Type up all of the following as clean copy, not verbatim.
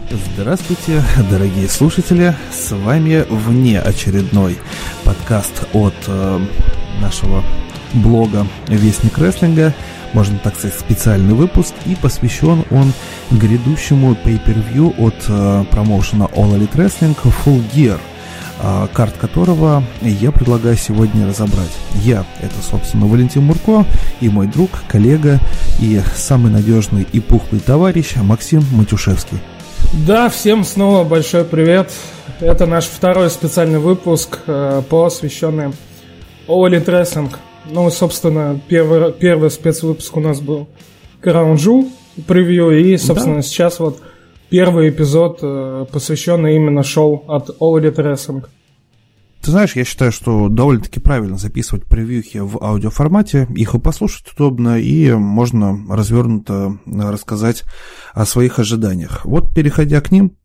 Здравствуйте, дорогие слушатели, с вами внеочередной подкаст от нашего блога «Вестник рестлинга», можно так сказать, специальный выпуск, и посвящен он грядущему pay-per-view от промоушена All Elite Wrestling Full Gear, карт которого я предлагаю сегодня разобрать. Я — это, собственно, Валентин Мурко, и мой друг, коллега и самый надежный и пухлый товарищ Максим Матюшевский. Да, всем снова большой привет. Это наш второй специальный выпуск, посвященный All Elite Wrestling. Ну, собственно, первый спецвыпуск у нас был Crown Jewel превью, и, собственно, сейчас вот первый эпизод, посвященный именно шоу от All Elite Wrestling. Ты знаешь, я считаю, что довольно-таки правильно записывать превьюхи в аудиоформате. Их и послушать удобно, и можно развернуто рассказать о своих ожиданиях. Вот, переходя к ним,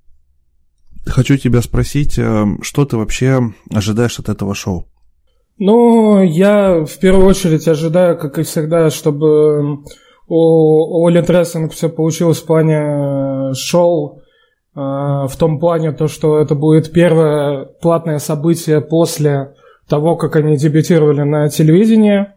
хочу тебя спросить, что ты вообще ожидаешь от этого шоу? Ну, я в первую очередь ожидаю, как и всегда, чтобы у All Elite Wrestling все получилось в плане шоу, в том плане, то, что это будет первое платное событие после того, как они дебютировали на телевидении.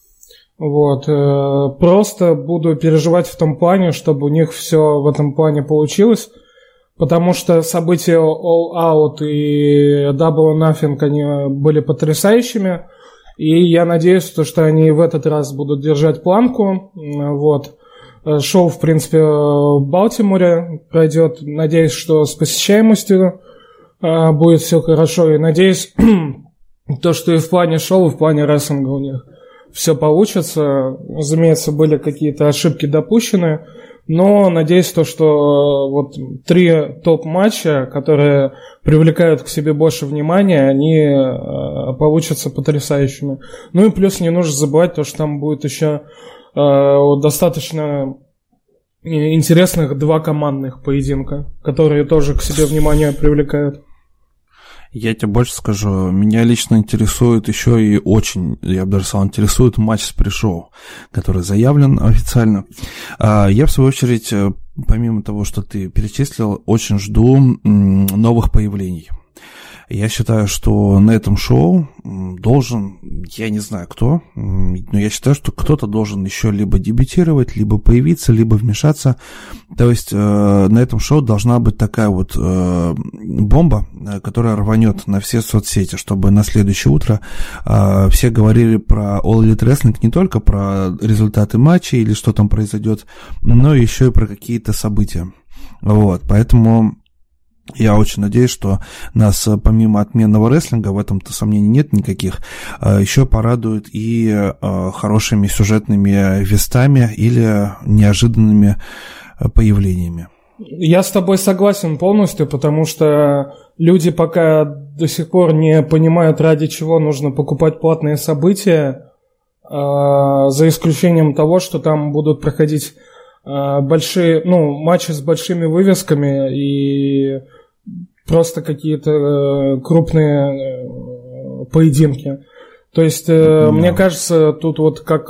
Вот. Просто буду переживать в том плане, чтобы у них все в этом плане получилось, потому что события All Out и Double or Nothing, они были потрясающими, и я надеюсь, что они в этот раз будут держать планку. Вот. Шоу, в принципе, в Балтиморе пройдет. Надеюсь, что с посещаемостью будет все хорошо. И надеюсь, то, что и в плане шоу, и в плане рестлинга у них все получится. Разумеется, были какие-то ошибки допущены. Но надеюсь, то, что вот 3 топ-матча, которые привлекают к себе больше внимания, они получатся потрясающими. Ну и плюс не нужно забывать то, что там будет еще достаточно интересных 2 командных поединка, которые тоже к себе внимание привлекают. Я тебе больше скажу, меня лично интересует еще и очень, я бы даже сказал, интересует матч с pre-шоу, который заявлен официально. Я, в свою очередь, помимо того, что ты перечислил, очень жду новых появлений. Я считаю, что на этом шоу должен, я не знаю кто, но я считаю, что кто-то должен еще либо дебютировать, либо появиться, либо вмешаться. То есть на этом шоу должна быть такая вот бомба, которая рванет на все соцсети, чтобы на следующее утро все говорили про All Elite Wrestling, не только про результаты матчей или что там произойдет, но еще и про какие-то события. Вот, поэтому я очень надеюсь, что нас, помимо отменного рестлинга, в этом-то сомнений нет никаких, еще порадуют и хорошими сюжетными вестами или неожиданными появлениями. Я с тобой согласен полностью, потому что люди пока до сих пор не понимают, ради чего нужно покупать платные события, за исключением того, что там будут проходить большие, матчи с большими вывесками и просто какие-то крупные поединки. То есть, мне кажется, тут вот как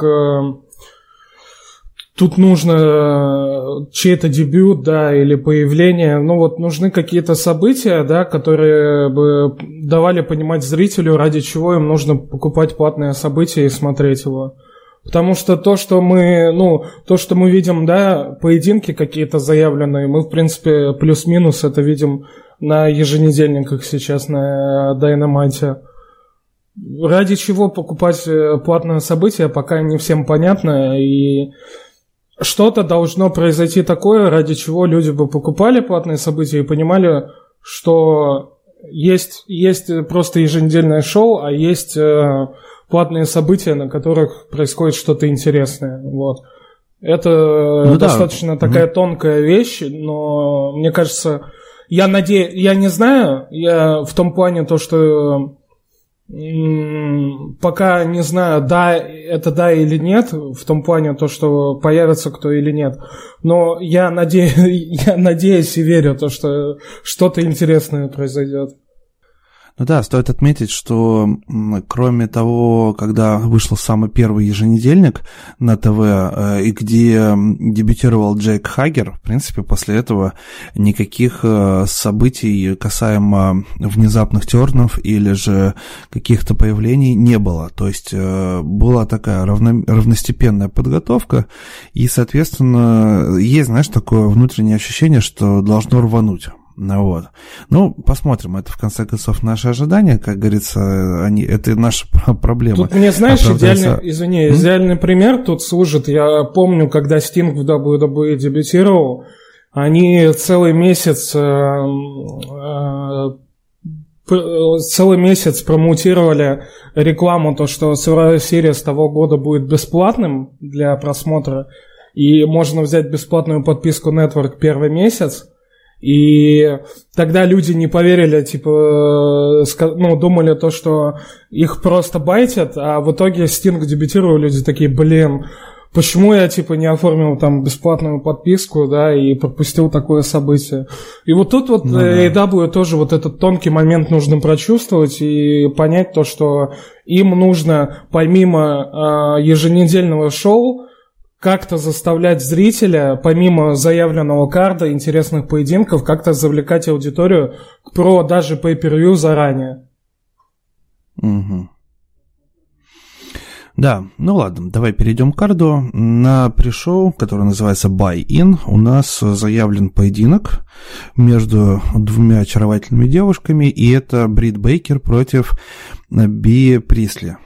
тут нужно чей-то дебют, да, или появление. Нужны какие-то события, да, которые бы давали понимать зрителю, ради чего им нужно покупать платное событие и смотреть его. Потому что то, что мы видим, да, поединки какие-то заявленные, мы, в принципе, плюс-минус это видим на еженедельниках сейчас, на Dynamite. Ради чего покупать платное событие, пока не всем понятно, и что-то должно произойти такое, ради чего люди бы покупали платные события и понимали, что есть просто еженедельное шоу, а есть платные события, на которых происходит что-то интересное. Вот. Это достаточно такая тонкая вещь, но мне кажется, я не знаю, я в том плане то, что пока не знаю, это да или нет, в том плане то, что появится кто или нет, но я надеюсь и верю, то, что что-то интересное произойдет. Ну да, стоит отметить, что кроме того, когда вышел самый первый еженедельник на ТВ, и где дебютировал Джейк Хаггер, в принципе, после этого никаких событий касаемо внезапных тернов или же каких-то появлений не было. То есть была такая равностепенная подготовка, и, соответственно, есть, знаешь, такое внутреннее ощущение, что должно рвануть. Вот. Ну, посмотрим, это в конце концов наши ожидания, как говорится, это наша проблема. Тут мне, знаешь, идеальный пример тут служит. Я помню, когда Sting в WWE дебютировал, они целый месяц промоутировали рекламу, то, что Survivor Series того года будет бесплатным для просмотра, и можно взять бесплатную подписку Network первый месяц. И тогда люди не поверили, думали то, что их просто байтят, а в итоге Sting дебютировал, люди такие, почему я, не оформил там бесплатную подписку, да, и пропустил такое событие. И вот тут AEW тоже вот этот тонкий момент нужно прочувствовать и понять то, что им нужно, помимо еженедельного шоу, как-то заставлять зрителя, помимо заявленного карда, интересных поединков, как-то завлекать аудиторию к даже pay-per-view заранее. Угу. Да, ну ладно, давай перейдем к карду. На пришоу, который называется Buy-In, у нас заявлен поединок между двумя очаровательными девушками, и это Брит Бейкер против Би Присли.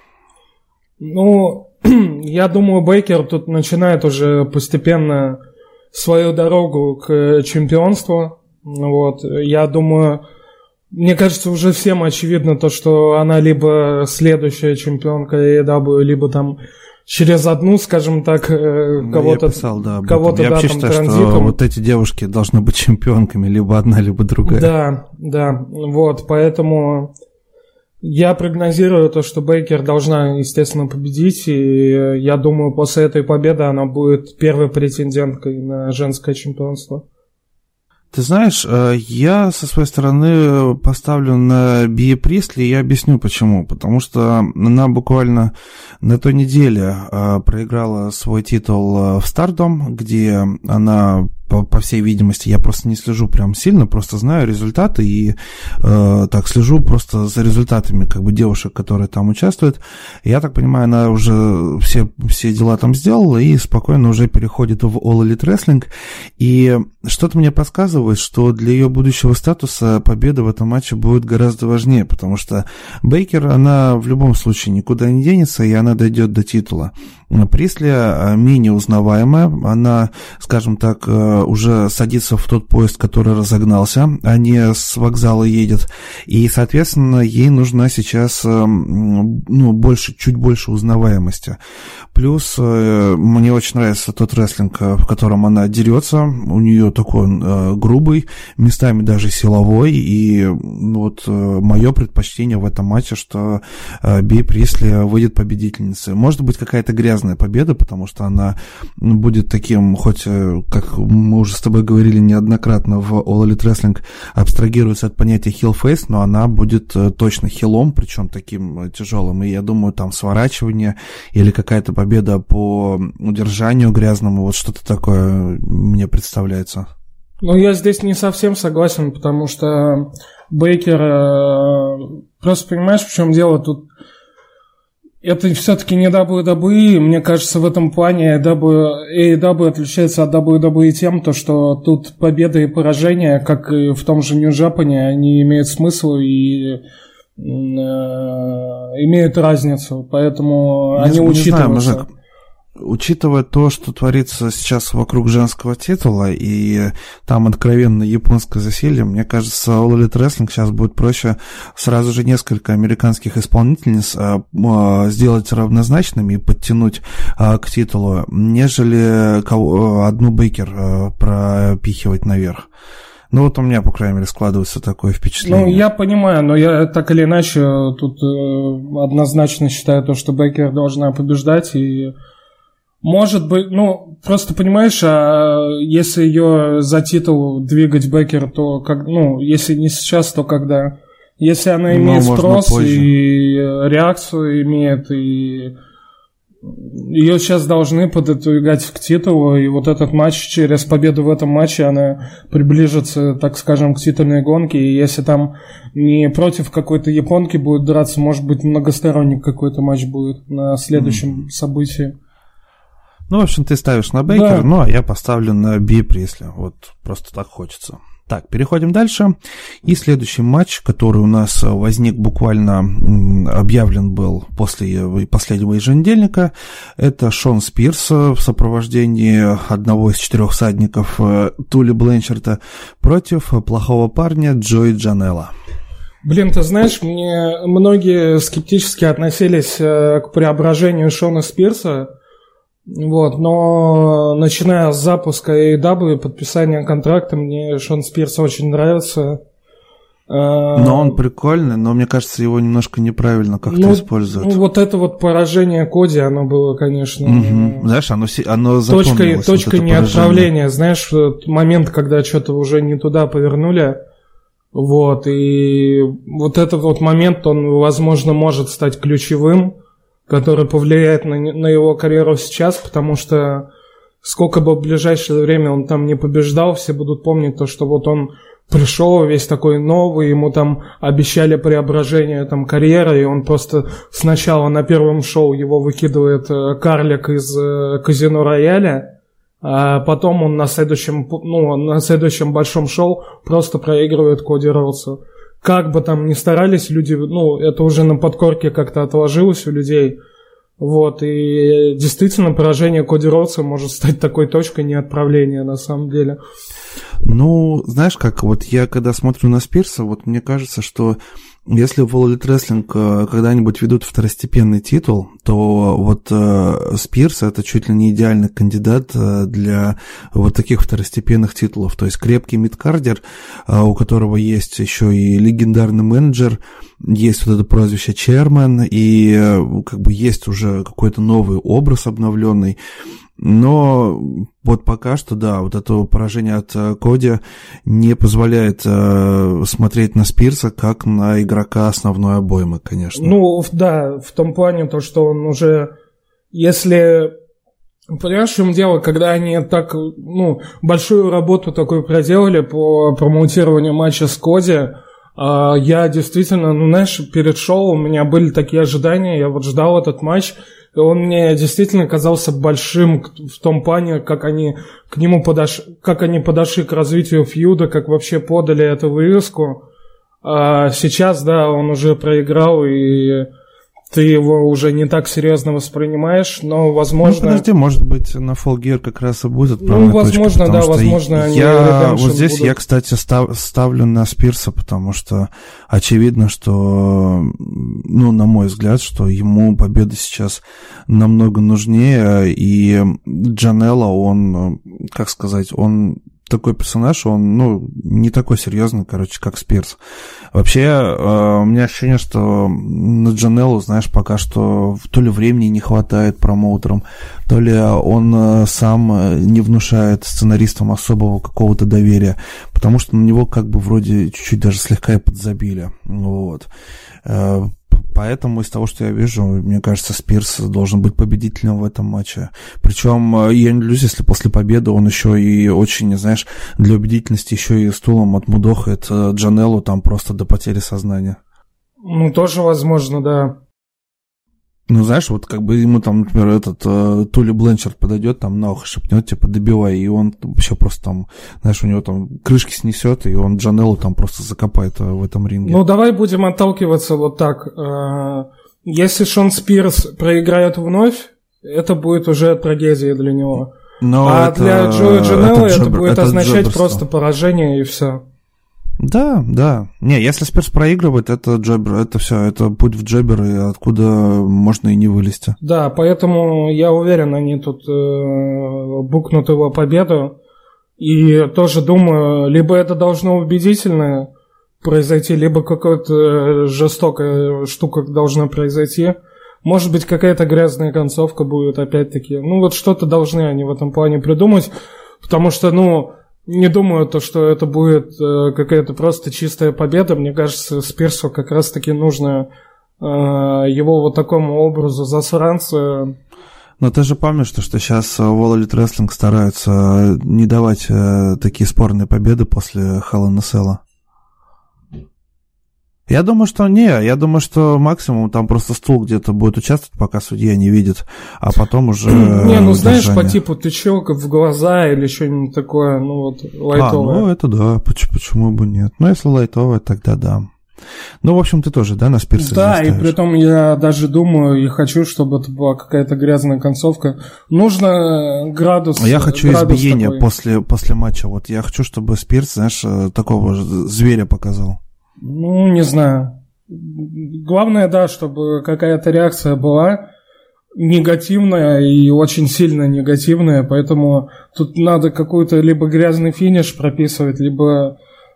Ну, я думаю, Бейкер тут начинает уже постепенно свою дорогу к чемпионству. Вот. Я думаю, мне кажется, уже всем очевидно то, что она либо следующая чемпионка AEW, либо там через одну, скажем так, кого-то... Я писал, да, об этом. Я вообще считаю, что вот эти девушки должны быть чемпионками, либо одна, либо другая. Да, вот, поэтому... Я прогнозирую то, что Бейкер должна, естественно, победить, и я думаю, после этой победы она будет первой претенденткой на женское чемпионство. Ты знаешь, я со своей стороны поставлю на Би Присли, и я объясню почему. Потому что она буквально на той неделе проиграла свой титул в Stardom, где она... По всей видимости, я просто не слежу прям сильно, просто знаю результаты и слежу просто за результатами девушек, которые там участвуют. Я так понимаю, она уже все дела там сделала и спокойно уже переходит в All Elite Wrestling. И что-то мне подсказывает, что для ее будущего статуса победа в этом матче будет гораздо важнее, потому что Бейкер, она в любом случае никуда не денется, и она дойдет до титула. Присли менее узнаваемая, она, скажем так, уже садится в тот поезд, который разогнался, а не с вокзала едет, и, соответственно, ей нужна сейчас чуть больше узнаваемости. Плюс мне очень нравится тот рестлинг, в котором она дерется, у нее такой грубый, местами даже силовой, и мое предпочтение в этом матче, что Би Присли выйдет победительницей. Может быть, какая-то грязная победа, потому что она будет таким, хоть, как мы уже с тобой говорили неоднократно в All Elite Wrestling, абстрагируется от понятия heel-face, но она будет точно хилом, причем таким тяжелым, и я думаю, там сворачивание или какая-то победа по удержанию грязному, вот что-то такое мне представляется. Ну, я здесь не совсем согласен, потому что Бейкер... Просто понимаешь, в чем дело тут? Это все-таки не WWE, мне кажется, в этом плане AEW отличается от WWE тем, что тут победы и поражения, как и в том же New Japan, они имеют смысл и имеют разницу, поэтому они учитываются. Учитывая то, что творится сейчас вокруг женского титула, и там откровенно японское засилье, мне кажется, All Elite Wrestling сейчас будет проще сразу же несколько американских исполнительниц сделать равнозначными и подтянуть к титулу, нежели одну Бейкер пропихивать наверх. Ну, вот у меня, по крайней мере, складывается такое впечатление. Ну, я понимаю, но я так или иначе тут однозначно считаю то, что Бейкер должна побеждать, и может быть, просто понимаешь, если ее за титул двигать Бейкер, то если не сейчас, то когда? Если она имеет спрос и реакцию имеет, и ее сейчас должны пододвигать к титулу, и вот этот матч, через победу в этом матче она приближится, так скажем, к титульной гонке, и если там не против какой-то японки будет драться, может быть, многосторонний какой-то матч будет на следующем событии. Ну, в общем, ты ставишь на Бейкера, да. Ну, а я поставлю на Бип, если вот просто так хочется. Так, переходим дальше. И следующий матч, который у нас возник буквально, объявлен был после последнего еженедельника, это Шон Спирс в сопровождении одного из 4 всадников Тули Бленчарда против плохого парня Джои Джанелло. Блин, ты знаешь, мне многие скептически относились к преображению Шона Спирса. Вот, но начиная с запуска AEW, подписания контракта, мне Шон Спирс очень нравится. Но он прикольный, но мне кажется, его немножко неправильно как-то используют. Ну, вот это вот поражение Коди, оно было, конечно... Знаешь, оно запомнилось. Точкой неотправления, знаешь, момент, когда что-то уже не туда повернули. Вот, и вот этот вот момент, он, возможно, может стать ключевым, который повлияет на его карьеру сейчас, потому что сколько бы в ближайшее время он там не побеждал, все будут помнить то, что вот он пришел весь такой новый, ему там обещали преображение там карьеры, и он просто сначала на первом шоу его выкидывает карлик из казино Рояля, а потом он на следующем большом шоу просто проигрывает Коди Роудсу. Как бы там ни старались люди, это уже на подкорке как-то отложилось у людей. Вот, и действительно поражение Коди Роудса может стать такой точкой неотправления на самом деле. Ну, знаешь как, вот я когда смотрю на Спирса, вот мне кажется, что если в All Elite Wrestling когда-нибудь ведут второстепенный титул, то вот Спирс — это чуть ли не идеальный кандидат для вот таких второстепенных титулов. То есть крепкий мидкардер, у которого есть еще и легендарный менеджер, есть вот это прозвище Chairman, и как бы есть уже какой-то новый образ обновленный. Но вот пока что, да, вот это поражение от Коди не позволяет смотреть на Спирса как на игрока основной обоймы, конечно. Ну, да, в том плане, то, что он уже, если... Понимаешь, в чем дело, когда они так, большую работу такую проделали по промоутированию матча с Коди, я действительно, знаешь, перед шоу у меня были такие ожидания, я вот ждал этот матч, и он мне действительно казался большим в том плане, как они к нему подошли к развитию фьюда, как вообще подали эту вывеску. А сейчас, да, он уже проиграл, и ты его уже не так серьезно воспринимаешь, но, возможно... Ну, подожди, может быть, на Full Gear как раз и будет возможно, точка, да, возможно, они вот здесь будут. Я, кстати, ставлю на Спирса, потому что очевидно, что, на мой взгляд, что ему победа сейчас намного нужнее, и Джанелло, он, как сказать, он... такой персонаж, он, не такой серьезный, как Спирс. Вообще, у меня ощущение, что на Джанеллу, знаешь, пока что то ли времени не хватает промоутерам, то ли он сам не внушает сценаристам особого какого-то доверия, потому что на него как бы вроде чуть-чуть даже слегка и подзабили. Вот. Поэтому из того, что я вижу, мне кажется, Спирс должен быть победителем в этом матче. Причем я не удивлюсь, если после победы он еще и очень, знаешь, для убедительности еще и стулом отмудохает Джанеллу там просто до потери сознания. Тоже возможно, да. Знаешь, вот как бы ему там, например, Тули Бленчард подойдет, там на ухо шепнет, типа, добивай, и он вообще просто там, знаешь, у него там крышки снесет, и он Джанеллу там просто закопает в этом ринге. Давай будем отталкиваться вот так. Если Шон Спирс проиграет вновь, это будет уже трагедия для него. Для Джои Джанелло это будет означать просто поражение, и все. Да. Не, если Спирс проигрывает, это джобер, это все, это путь в джобер, и откуда можно и не вылезти. Да, поэтому я уверен, они тут букнут его победу. И тоже думаю, либо это должно убедительно произойти, либо какая-то жестокая штука должна произойти. Может быть, какая-то грязная концовка будет опять-таки. Вот что-то должны они в этом плане придумать, потому что, не думаю, что это будет какая-то просто чистая победа. Мне кажется, Спирсу как раз-таки нужно его вот такому образу засранца. Но ты же помнишь, что сейчас в All Elite Wrestling стараются не давать такие спорные победы после Hell in a Cell. Я думаю, что максимум там просто стул где-то будет участвовать, пока судья не видит, а потом уже... знаешь, по типу тычок в глаза или что-нибудь такое, лайтовое. Это да, почему бы нет? Если лайтовое, тогда да. В общем, ты тоже, на Спирса да, и при том я даже думаю и хочу, чтобы это была какая-то грязная концовка. Нужно градус... Я хочу избиения после матча. Вот я хочу, чтобы Спирс, знаешь, такого зверя показал. Не знаю. Главное, да, чтобы какая-то реакция была негативная и очень сильно негативная, поэтому тут надо какой-то либо грязный финиш прописывать, либо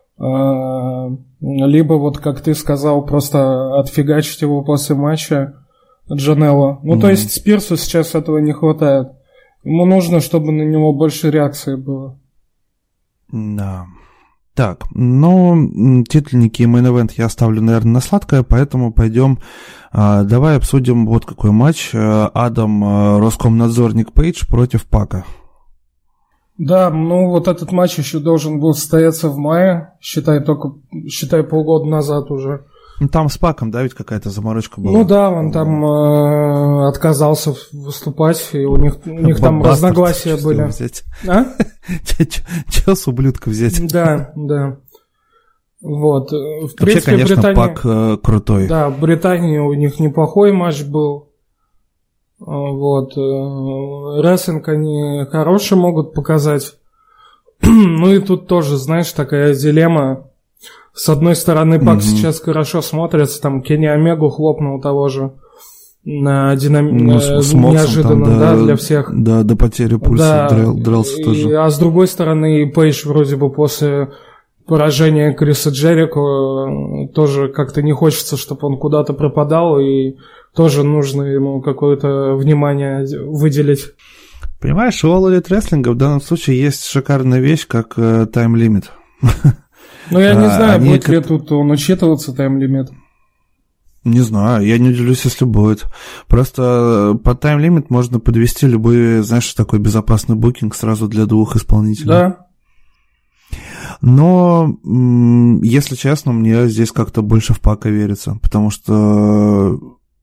вот, как ты сказал, просто отфигачить его после матча Джанелло. То есть Спирсу сейчас этого не хватает. Ему нужно, чтобы на него больше реакции было. Да. Так, титульники и мейн-эвент я оставлю, наверное, на сладкое, поэтому пойдем, давай обсудим вот какой матч. Адам Роскомнадзорник Пейдж против Пака. Да, вот этот матч еще должен был состояться в мае, считай, полгода назад уже. Там с Паком, да, ведь какая-то заморочка была? Он там отказался выступать, и у них там разногласия были. Взять. Чё с ублюдка взять? Да. Вот. В принципе, вообще, конечно, Пак крутой. Да, в Британии у них неплохой матч был. Вот. Рестлинг они хороший могут показать. И тут тоже, знаешь, такая дилемма. С одной стороны, Пак сейчас хорошо смотрится, там Кенни Омегу хлопнул того же неожиданно, для всех. Да, до потери пульса дрался тоже. А с другой стороны, Пейдж вроде бы после поражения Криса Джерико тоже как-то не хочется, чтобы он куда-то пропадал, и тоже нужно ему какое-то внимание выделить. Понимаешь, у All Elite Wrestling в данном случае есть шикарная вещь, как тайм-лимит. Я не знаю, будет ли тут он учитываться, тайм-лимит. Не знаю, я не удивлюсь, если будет. Просто под тайм-лимит можно подвести любой, знаешь, такой безопасный букинг сразу для двух исполнителей. Да. Но, если честно, мне здесь как-то больше в Пака верится, потому что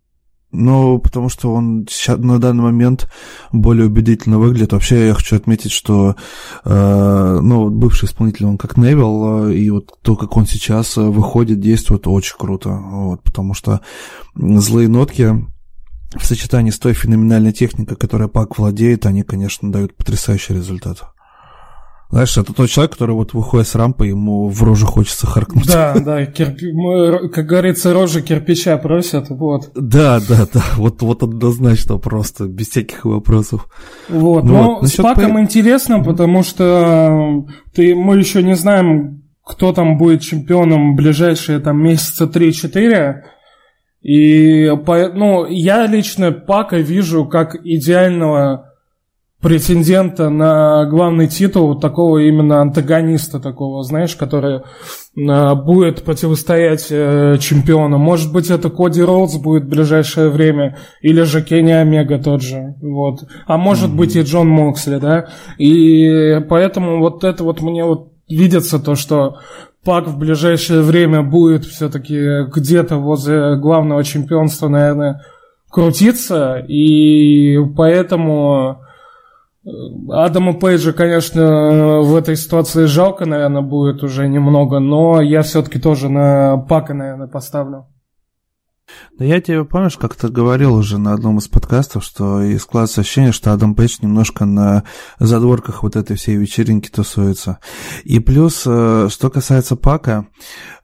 он сейчас, на данный момент более убедительно выглядит. Вообще, я хочу отметить, что бывший исполнитель, он как Невилл, и вот то, как он сейчас выходит, действует, очень круто. Вот, потому что злые нотки в сочетании с той феноменальной техникой, которой Пак владеет, они, конечно, дают потрясающий результат. Знаешь, это тот человек, который вот выходит с рампы, ему в рожу хочется харкнуть. Да, как говорится, рожи кирпича просят, вот. Да, вот однозначно просто, без всяких вопросов. Вот, но с Паком интересно, потому что мы еще не знаем, кто там будет чемпионом в ближайшие там месяца 3-4, и я лично Пака вижу как идеального претендента на главный титул, такого именно антагониста такого, знаешь, который будет противостоять чемпиону. Может быть, это Коди Роудс будет в ближайшее время, или же Кенни Омега тот же, вот. А может быть и Джон Моксли, да. И поэтому вот это вот мне вот видится то, что Пак в ближайшее время будет все-таки где-то возле главного чемпионства, наверное, крутиться, и поэтому Адама Пейджа, конечно, в этой ситуации жалко, наверное, будет уже немного, но я все-таки тоже на Пака, наверное, поставлю. Да я тебе, помнишь, как-то говорил уже на одном из подкастов, что и складывается ощущение, что Адам Пейдж немножко на задворках вот этой всей вечеринки тусуется. И плюс, что касается Пака,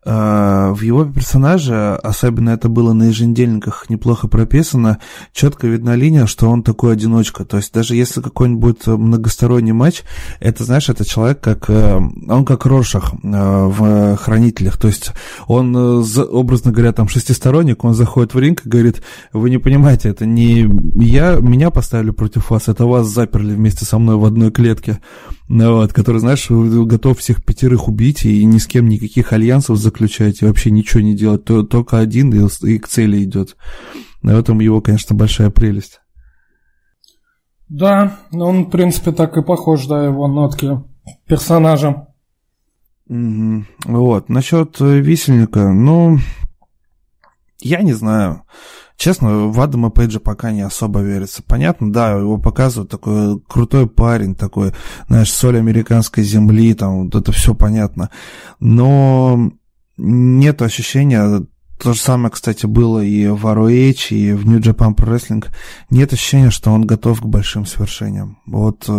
в его персонаже, особенно это было на еженедельниках неплохо прописано, четко видна линия, что он такой одиночка. То есть даже если какой-нибудь будет многосторонний матч, это, знаешь, это человек, он как Роршах в «Хранителях». То есть он, образно говоря, там шестисторонник, он заходит в ринг и говорит: вы не понимаете, это не меня поставили против вас, это вас заперли вместе со мной в одной клетке. Вот, который, знаешь, готов всех 5 убить и ни с кем никаких альянсов заключать и вообще ничего не делать, только один и к цели идет. В этом его, конечно, большая прелесть. Да, он, в принципе, так и похож, да, его нотки персонажа. Угу. Вот, насчет висельника, я не знаю. Честно, в Адама Пейджа пока не особо верится. Понятно, да, его показывают, такой крутой парень, такой, знаешь, соль американской земли, там, вот это все понятно. Но нет ощущения, то же самое, кстати, было и в ROH, и в New Japan Pro Wrestling, нет ощущения, что он готов к большим свершениям. Вот...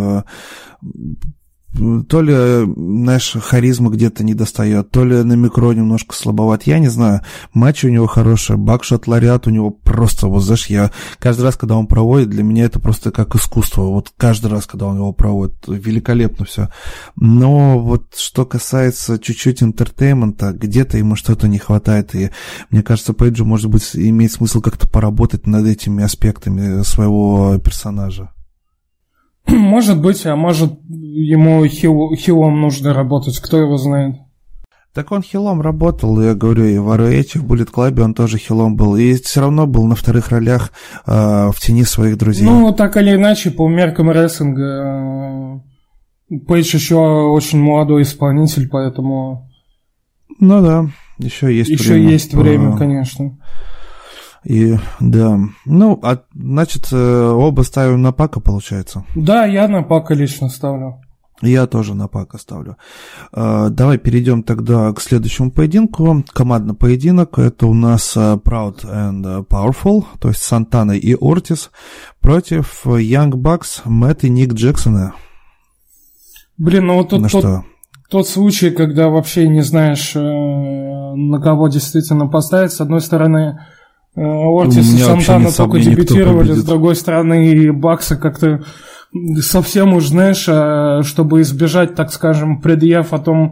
То ли, знаешь, харизма где-то не достает, то ли на микро немножко слабоват, я не знаю. Матч у него хороший, бакшот лариат у него просто, вот знаешь, я каждый раз, когда он проводит, для меня это просто как искусство. Вот каждый раз, когда он его проводит, великолепно все. Но вот что касается чуть-чуть интертеймента, где-то ему что-то не хватает, и мне кажется, Пейджу, может быть, имеет смысл как-то поработать над этими аспектами своего персонажа. Может быть, а может ему хилом нужно работать, кто его знает. Так он хилом работал, я говорю, и в ROH, в Bullet Club он тоже хилом был, и все равно был на вторых ролях в тени своих друзей. Так или иначе, по меркам рестлинга, Пейдж еще очень молодой исполнитель, поэтому... Ну да, еще есть время. Еще есть время, конечно. И да, значит, оба ставим на Пака, получается? Да, я на Пака лично ставлю. Я тоже на Пака ставлю. Давай перейдем тогда к следующему поединку. Командный поединок. Это у нас Proud and Powerful, то есть Сантана и Ортис против Young Bucks, Мэтт и Ник Джексона. Вот тот случай, когда вообще не знаешь, на кого действительно поставить. С одной стороны, Ортис и Сантана только дебютировали, с другой стороны, и Баксы как-то совсем уж, знаешь, чтобы избежать, так скажем, предъяв о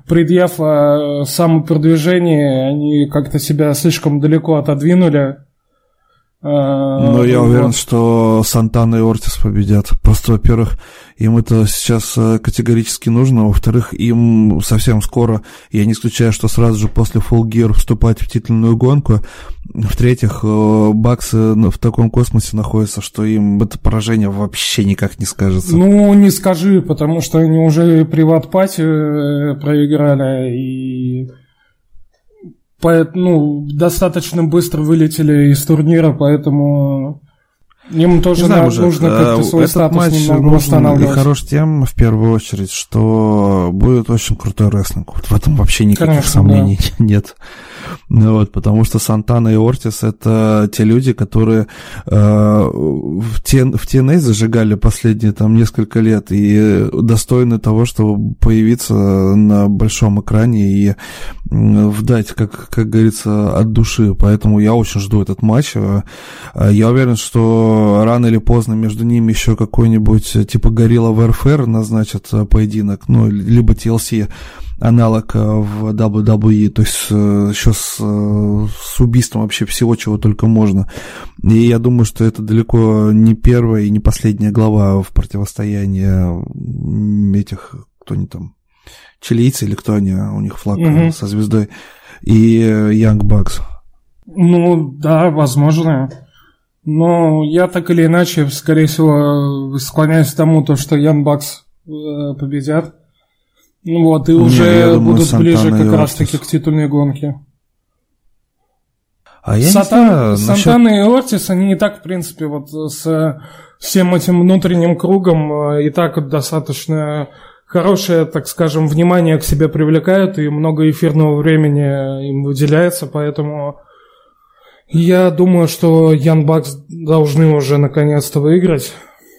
самопродвижении, они как-то себя слишком далеко отодвинули. Но я уверен, что Сантана и Ортис победят. Просто, во-первых, им это сейчас категорически нужно. Во-вторых, им совсем скоро, я не исключаю, что сразу же после Full Gear вступать в титульную гонку. В-третьих, Баксы в таком космосе находятся, что им это поражение вообще никак не скажется. Не скажи, потому что они уже приват-пати проиграли и... достаточно быстро вылетели из турнира, поэтому им тоже нужно как-то свой статус немного восстанавливать. И хорош тем, в первую очередь, что будет очень крутой рестлинг. Вот в этом вообще никаких сомнений нет. Потому что Сантана и Ортис — это те люди, которые в TNA зажигали последние несколько лет и достойны того, чтобы появиться на большом экране и вдать, как говорится, от души. Поэтому я очень жду этот матч. Я уверен, что рано или поздно между ними еще какой-нибудь типа Gorilla Warfare назначат поединок, либо TLC аналог в WWE, то есть еще с убийством вообще всего, чего только можно. И я думаю, что это далеко не первая и не последняя глава в противостоянии этих, кто они там, чилийцы или кто они, у них флаг со звездой, и Young Bucks. Да, возможно. Но я так или иначе, скорее всего, склоняюсь к тому, что Young Bucks победят. И уже будут ближе как раз-таки к титульной гонке. Сантана и Ортис, они и так, в принципе, с всем этим внутренним кругом и так достаточно хорошее, так скажем, внимание к себе привлекают, и много эфирного времени им выделяется, поэтому я думаю, что Young Bucks должны уже наконец-то выиграть.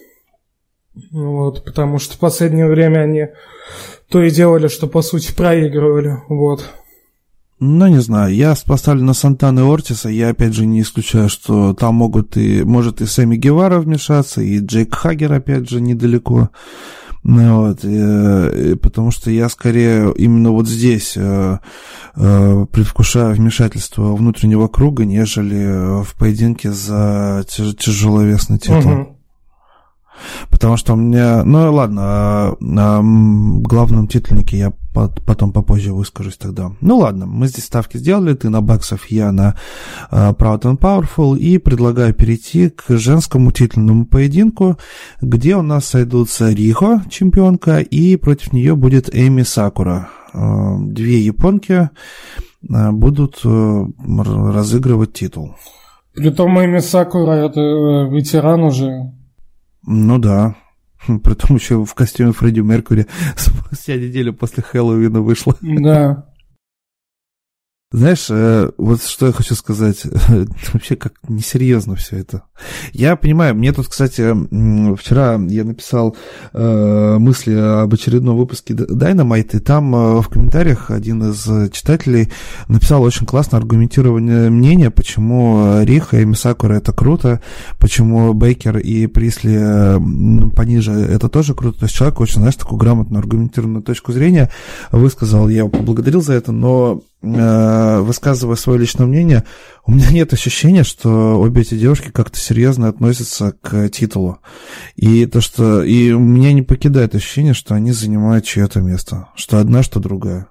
Потому что в последнее время они то и делали, что по сути проигрывали. Ну, не знаю, я поставлю на Сантана и Ортиса, я опять же не исключаю, что там может и Сэмми Гевара вмешаться, и Джейк Хаггер, опять же, недалеко. Вот, потому что я скорее именно вот здесь предвкушаю вмешательство внутреннего круга, нежели в поединке за тяжеловесный титул. Угу. Потому что у меня... Ну, ладно, о главном титульнике я потом попозже выскажусь тогда. Ну, ладно, мы здесь ставки сделали. Ты на Баксов, я на Proud and Powerful. И предлагаю перейти к женскому титульному поединку, где у нас сойдутся Рихо, чемпионка, и против нее будет Эми Сакура. Две японки будут разыгрывать титул. Притом Эми Сакура — это ветеран уже. Ну да, притом еще в костюме Фредди Меркьюри спустя неделю после Хэллоуина вышла. Да. Знаешь, вот что я хочу сказать, вообще как несерьезно все это. Я понимаю, мне тут, кстати, вчера я написал мысли об очередном выпуске Dynamite, и там в комментариях один из читателей написал очень классно аргументированное мнение, почему Риха и Эми Сакура это круто, почему Бейкер и Присли пониже это тоже круто. То есть человек очень, знаешь, такую грамотную аргументированную точку зрения высказал, я его поблагодарил за это, но высказывая свое личное мнение, у меня нет ощущения, что обе эти девушки как-то серьезно относятся к титулу. И у меня не покидает ощущение, что они занимают чье-то место. Что одна, что другая.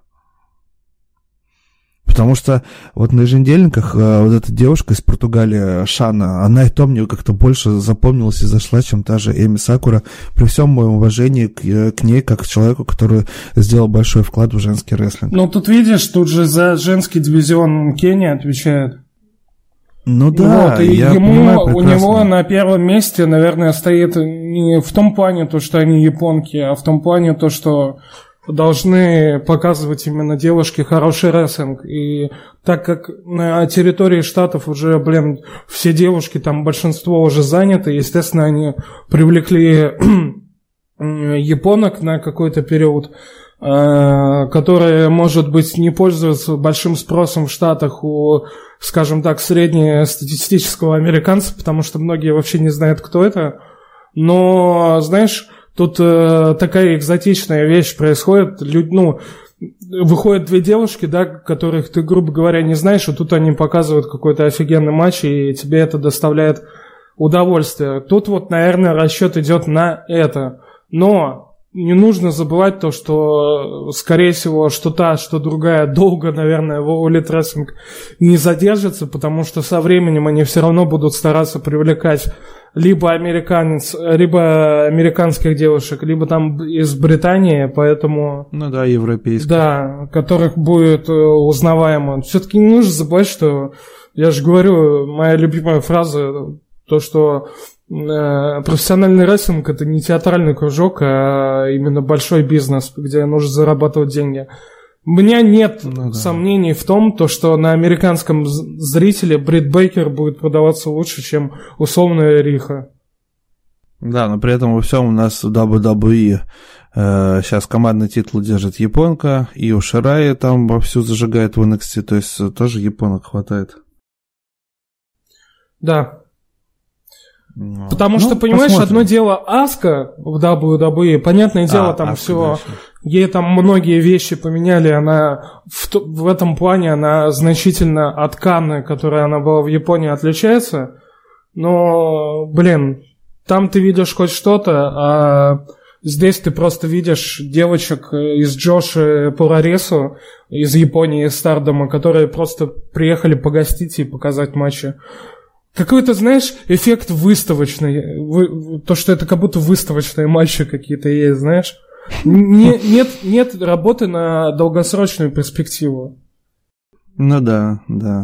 Потому что вот на еженедельниках вот эта девушка из Португалии, Шана, она и то мне как-то больше запомнилась и зашла, чем та же Эми Сакура, при всем моем уважении к ней, как к человеку, который сделал большой вклад в женский рестлинг. Ну, тут видишь, тут же за женский дивизион Кения отвечает. Ну да, вот, и я понимаю прекрасно. У него на первом месте, наверное, стоит не в том плане то, что они японки, а в том плане то, что должны показывать именно девушки хороший рестлинг. И так как на территории штатов уже, все девушки, там большинство уже заняты, естественно, они привлекли японок на какой-то период, которые, может быть, не пользуются большим спросом в Штатах у, скажем так, среднестатистического американца, потому что многие вообще не знают, кто это. Но, знаешь, тут такая экзотичная вещь происходит. Выходят две девушки, да, которых ты, грубо говоря, не знаешь, и тут они показывают какой-то офигенный матч, и тебе это доставляет удовольствие. Тут вот, наверное, расчет идет на это. Но не нужно забывать то, что, скорее всего, что та, что другая долго, наверное, в All Elite Wrestling не задержится, потому что со временем они все равно будут стараться привлекать либо американских девушек, либо там из Британии, поэтому... Ну да, европейских. Да, которых будет узнаваемо. Все-таки не нужно забывать, что, я же говорю, моя любимая фраза, то, что профессиональный рестлинг — это не театральный кружок, а именно большой бизнес, где нужно зарабатывать деньги. У меня нет сомнений в том, что на американском зрителе Брит Бейкер будет продаваться лучше, чем условная Риха. Да, но при этом во всем у нас в WWE сейчас командный титул держит японка, и у Шираи там вовсю зажигает в NXT, то есть тоже японок хватает. Да. Потому что, понимаешь, посмотрим. Одно дело Аска в WWE, понятное дело, там Аска, все, ей там многие вещи поменяли, она в этом плане она значительно от Канны, которая она была в Японии, отличается, но, там ты видишь хоть что-то, а здесь ты просто видишь девочек из Джоши Пураресу из Японии, из Стардома, которые просто приехали погостить и показать матчи. Какой-то, знаешь, эффект выставочный, то, что это как будто выставочные матчи какие-то есть, знаешь. Нет работы на долгосрочную перспективу. Ну да.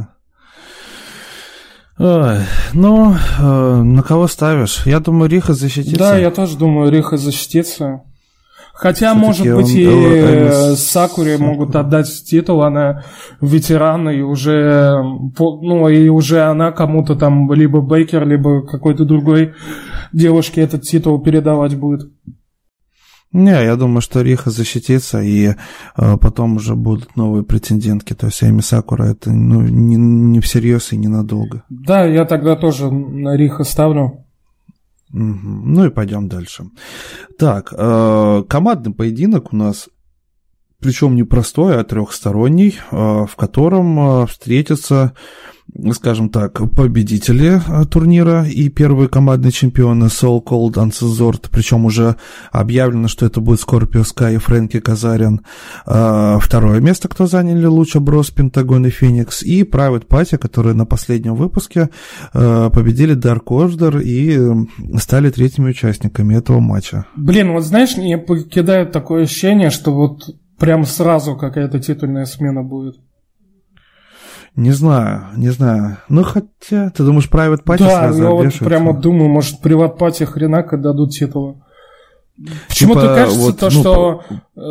Ой, на кого ставишь? Я думаю, Риха защитится. Да, я тоже думаю, Риха защитится. Хотя, может быть, и Сакуре могут отдать титул, она ветеран, и уже она кому-то там, либо Бейкер, либо какой-то другой девушке этот титул передавать будет. Не, я думаю, что Риха защитится, и потом уже будут новые претендентки. То есть Эми Сакура это не всерьез и ненадолго. Да, я тогда тоже на Риха ставлю. Ну и пойдем дальше. Так, командный поединок у нас, причем не простой, а трехсторонний, в котором встретятся, скажем так, победители турнира и первые командные чемпионы So Cold Uncensored, причем уже объявлено, что это будет Scorpio Sky и Фрэнки Казарян. Второе место, кто заняли, Луча Брос, Пентагон и Феникс, и Private Party, которые на последнем выпуске победили Dark Order и стали третьими участниками этого матча. Блин, вот знаешь, мне покидает такое ощущение, что вот прям сразу какая-то титульная смена будет. Не знаю. Ну, хотя, ты думаешь, Private Party да, сразу я обвешиваются? Вот прямо думаю, может, Private Party хренако дадут титулы. Почему-то кажется, что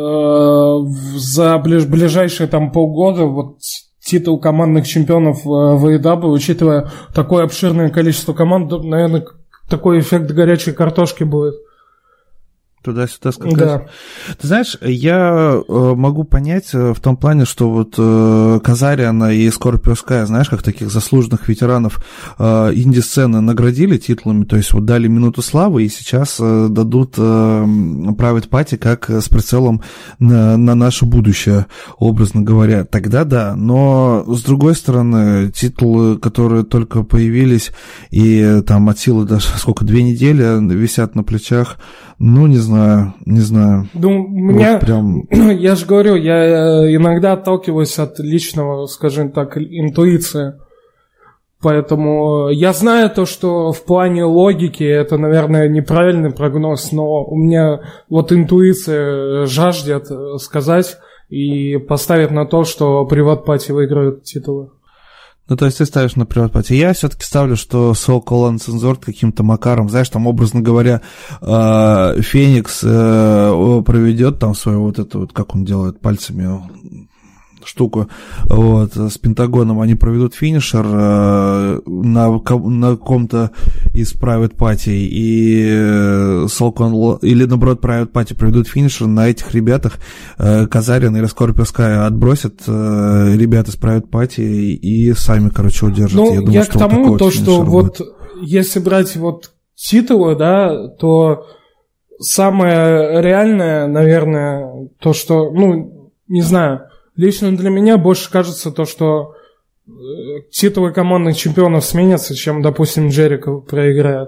за ближайшие там полгода вот титул командных чемпионов в AEW, учитывая такое обширное количество команд, наверное, такой эффект горячей картошки будет. Туда-сюда скакать. Да. Ты знаешь, я могу понять в том плане, что вот Казаряна и Scorpio Sky, знаешь, как таких заслуженных ветеранов инди-сцены наградили титулами, то есть вот дали минуту славы, и сейчас дадут Private Party как с прицелом на наше будущее, образно говоря. Тогда да, но с другой стороны, титулы, которые только появились, и там от силы даже сколько, 2 недели висят на плечах, ну, не знаю. Ну, меня, вот прям... я же говорю, я иногда отталкиваюсь от личного, скажем так, интуиции. Поэтому я знаю то, что в плане логики это, наверное, неправильный прогноз, но у меня вот интуиция жаждет сказать и поставить на то, что Private Party выиграют титулы. Ну, то есть ты ставишь на Private Party. Я все-таки ставлю, что So Cold Uncensored каким-то макаром, знаешь, там, образно говоря, Феникс проведет там свою вот эту вот, как он делает пальцами штуку, вот, с Пентагоном они проведут финишер на ком-то из Private Party, и или наоборот Private Party проведут финишер на этих ребятах, Казарян или Scorpio Sky отбросят ребят из Private Party и сами, короче, удержат. Ну, я думаю, я что к тому, вот то, что будет. вот если брать вот титулы, да, то самое реальное, наверное, то, что, ну, не знаю, лично для меня больше кажется то, что титулы командных чемпионов сменятся, чем, допустим, Джерико проиграет.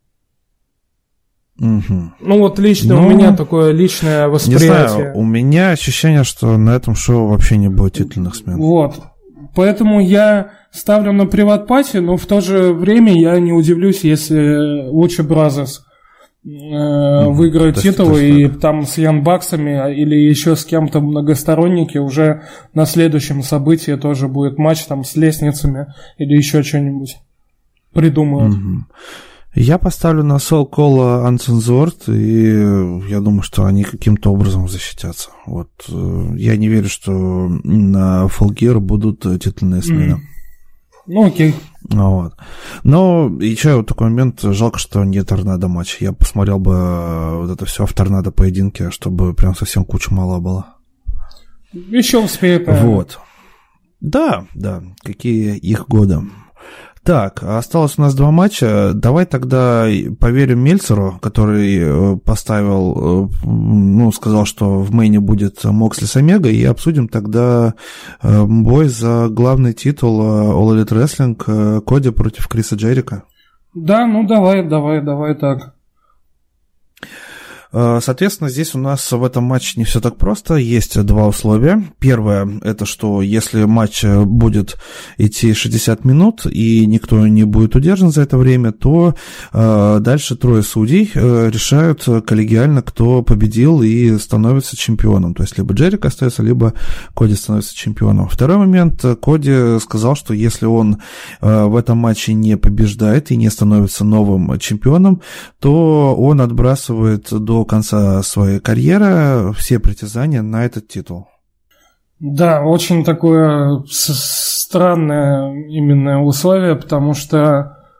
Угу. Ну вот лично у меня такое личное восприятие. Не знаю, у меня ощущение, что на этом шоу вообще не будет титульных смен. Вот. Поэтому я ставлю на Private Party, но в то же время я не удивлюсь, если Lucha Brothers выиграют титулы, и там с Young Bucks'ами или еще с кем-то многосторонники уже на следующем событии тоже будет матч там с лестницами или еще что-нибудь придумают. Я поставлю на So Cold Uncensored, и я думаю, что они каким-то образом защитятся. Вот я не верю, что на Full Gear будут титульные смены. Ну, окей. Вот. Но еще вот такой момент, жалко, что нет торнадо матча. Я посмотрел бы вот это все в торнадо поединке, чтобы прям совсем куча мало было. Еще успеет. Вот. Да, какие их годы. Так, осталось у нас 2 матча. Давай тогда поверим Мельцеру, который поставил, сказал, что в мейне будет Моксли с Омегой, и обсудим тогда бой за главный титул All Elite Wrestling Коди против Криса Джерико. Да, ну давай так. Соответственно, здесь у нас в этом матче не все так просто. Есть 2 условия. Первое, это что если матч будет идти 60 минут и никто не будет удержан за это время, то дальше 3 судей решают коллегиально, кто победил и становится чемпионом. То есть либо Джерико остается, либо Коди становится чемпионом. Второй момент. Коди сказал, что если он в этом матче не побеждает и не становится новым чемпионом, то он отбрасывает до конца своей карьеры все притязания на этот титул. Да, очень такое странное именно условие, потому что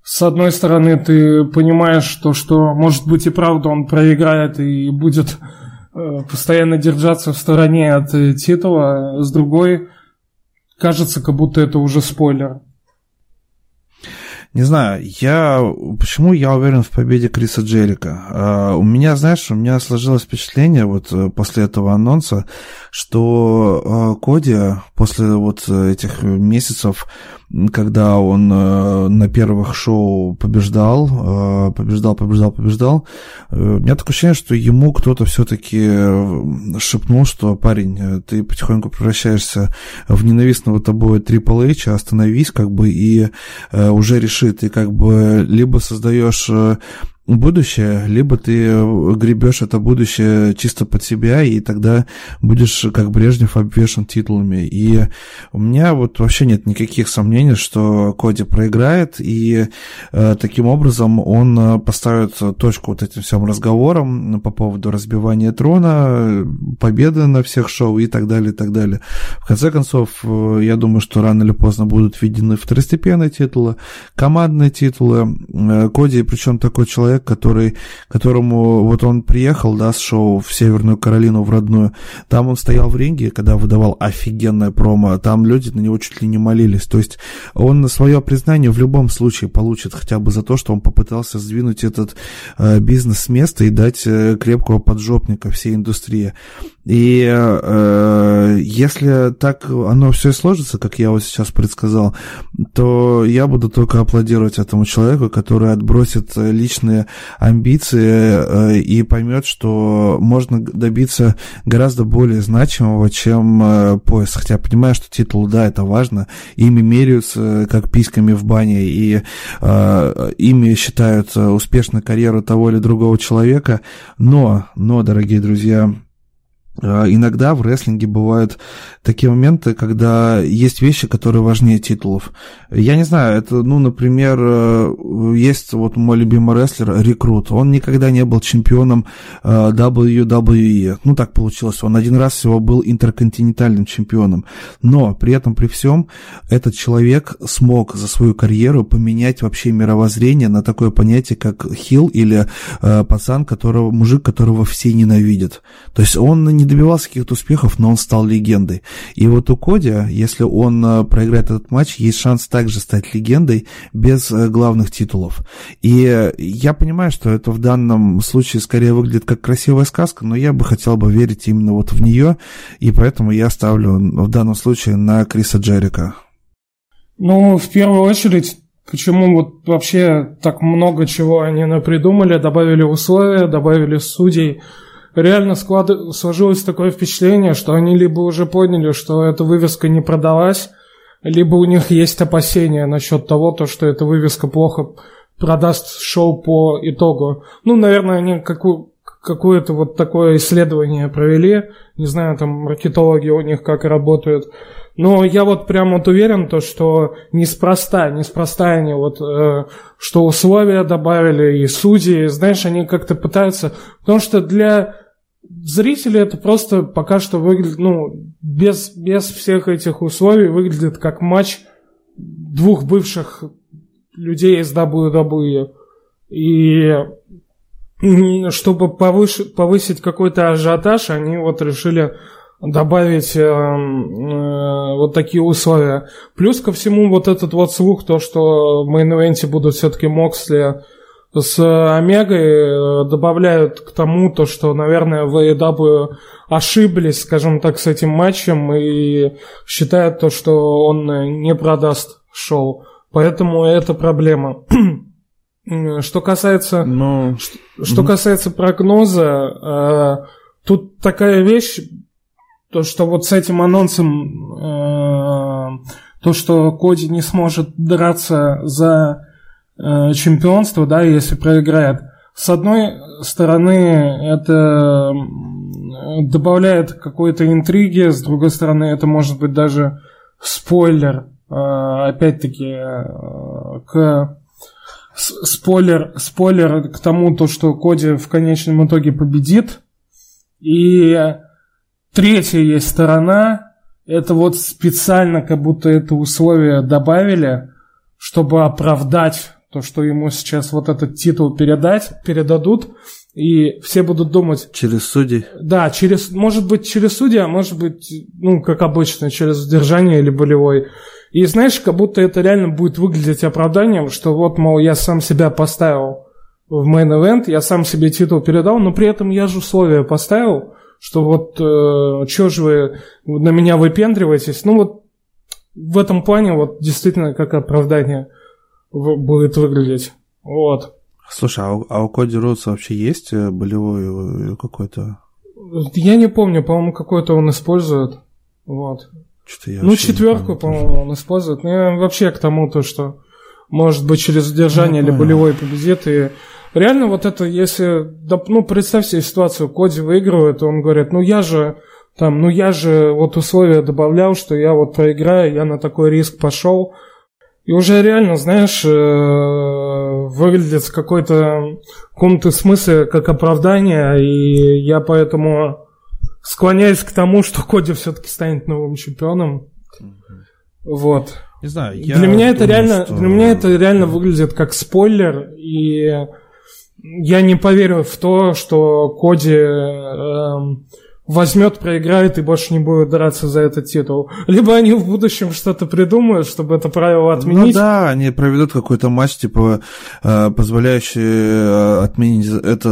с одной стороны, ты понимаешь, что может быть и правда он проиграет и будет постоянно держаться в стороне от титула, с другой, кажется, как будто это уже спойлер. Не знаю, почему я уверен в победе Криса Джерика. У меня сложилось впечатление вот после этого анонса, что Коди после вот этих месяцев, когда он на первых шоу побеждал, у меня такое ощущение, что ему кто-то все-таки шепнул, что парень, ты потихоньку превращаешься в ненавистного тобой Triple H, остановись, как бы, и уже реши, ты как бы либо создаешь будущее, либо ты гребешь это будущее чисто под себя, и тогда будешь, как Брежнев, обвешан титулами. И у меня вот вообще нет никаких сомнений, что Коди проиграет, и таким образом он поставит точку вот этим всем разговорам по поводу разбивания трона, победы на всех шоу и так далее, и так далее. В конце концов, я думаю, что рано или поздно будут введены второстепенные титулы, командные титулы. Коди, причем такой человек, которому вот он приехал, да, с шоу в Северную Каролину, в родную, там он стоял в ринге, когда выдавал офигенное промо, там люди на него чуть ли не молились, то есть он свое признание в любом случае получит, хотя бы за то, что он попытался сдвинуть этот бизнес с места и дать крепкого поджопника всей индустрии. И если так оно все и сложится, как я вот сейчас предсказал, то я буду только аплодировать этому человеку, который отбросит личные амбиции и поймет, что можно добиться гораздо более значимого, чем пояс. Хотя понимаю, что титул, да, это важно, ими меряются как письками в бане, и ими считают успешной карьеру того или другого человека, но, дорогие друзья, иногда в рестлинге бывают такие моменты, когда есть вещи, которые важнее титулов. Я не знаю, это, например, есть вот мой любимый рестлер Рекрут. Он никогда не был чемпионом WWE. Так получилось. Он один раз всего был интерконтинентальным чемпионом. Но при этом, при всем, этот человек смог за свою карьеру поменять вообще мировоззрение на такое понятие, как хил или мужик, которого все ненавидят. То есть он не добивался каких-то успехов, но он стал легендой. И вот у Коди, если он проиграет этот матч, есть шанс также стать легендой без главных титулов. И я понимаю, что это в данном случае скорее выглядит как красивая сказка, но я бы хотел верить именно вот в нее, и поэтому я ставлю в данном случае на Криса Джерика. В первую очередь, почему вот вообще так много чего они напридумали, добавили условия, добавили судей. Реально сложилось такое впечатление, что они либо уже поняли, что эта вывеска не продалась, либо у них есть опасения насчет того, что эта вывеска плохо продаст шоу по итогу. Наверное, они какое-то вот такое исследование провели. Не знаю, там маркетологи у них как работают. Но я вот прям вот уверен, что неспроста они что условия добавили и судьи, знаешь, они как-то пытаются, потому что для зрителей это просто пока что выглядит, без всех этих условий выглядит как матч двух бывших людей из WWE. И чтобы повысить какой-то ажиотаж, они вот решили добавить вот такие условия. Плюс ко всему вот этот вот слух, что в мейн-ивенте будут все-таки Моксли с Омегой, добавляют к тому, что, наверное, в AEW ошиблись, скажем так, с этим матчем и считают что он не продаст шоу. Поэтому это проблема. Что касается прогноза, тут такая вещь, что вот с этим анонсом, что Коди не сможет драться за чемпионство, да, если проиграет. С одной стороны, это добавляет какой-то интриги, с другой стороны, это может быть даже спойлер, опять-таки, спойлер к тому, что Коди в конечном итоге победит. И третья есть сторона, это вот специально как будто это условие добавили, чтобы оправдать то, что ему сейчас вот этот титул передадут, и все будут думать... Через судей? Да, может быть, через судьи, а может быть, как обычно, через удержание или болевой. И знаешь, как будто это реально будет выглядеть оправданием, что вот, мол, я сам себя поставил в мейн-эвент, я сам себе титул передал, но при этом я же условия поставил, что вот, чё же вы на меня выпендриваетесь. Вот в этом плане вот действительно как оправдание будет выглядеть. Вот. Слушай, а у Коди Роудса вообще есть болевой какой-то? Я не помню, по-моему, какой-то он использует. Вот. Четверку, по-моему, он использует. Я вообще к тому, что может быть через удержание или болевой победит. И реально вот это, если... представь себе ситуацию, Коди выигрывает, он говорит, я же вот условия добавлял, что я вот проиграю, я на такой риск пошел. И уже реально, знаешь, выглядит в каком-то смысле как оправдание, и я поэтому склоняюсь к тому, что Коди все-таки станет новым чемпионом. Вот. Не знаю, для меня это реально выглядит как спойлер, и я не поверю в то, что Коди возьмет, проиграет и больше не будет драться за этот титул. Либо они в будущем что-то придумают, чтобы это правило отменить. Они проведут какой-то матч, позволяющий отменить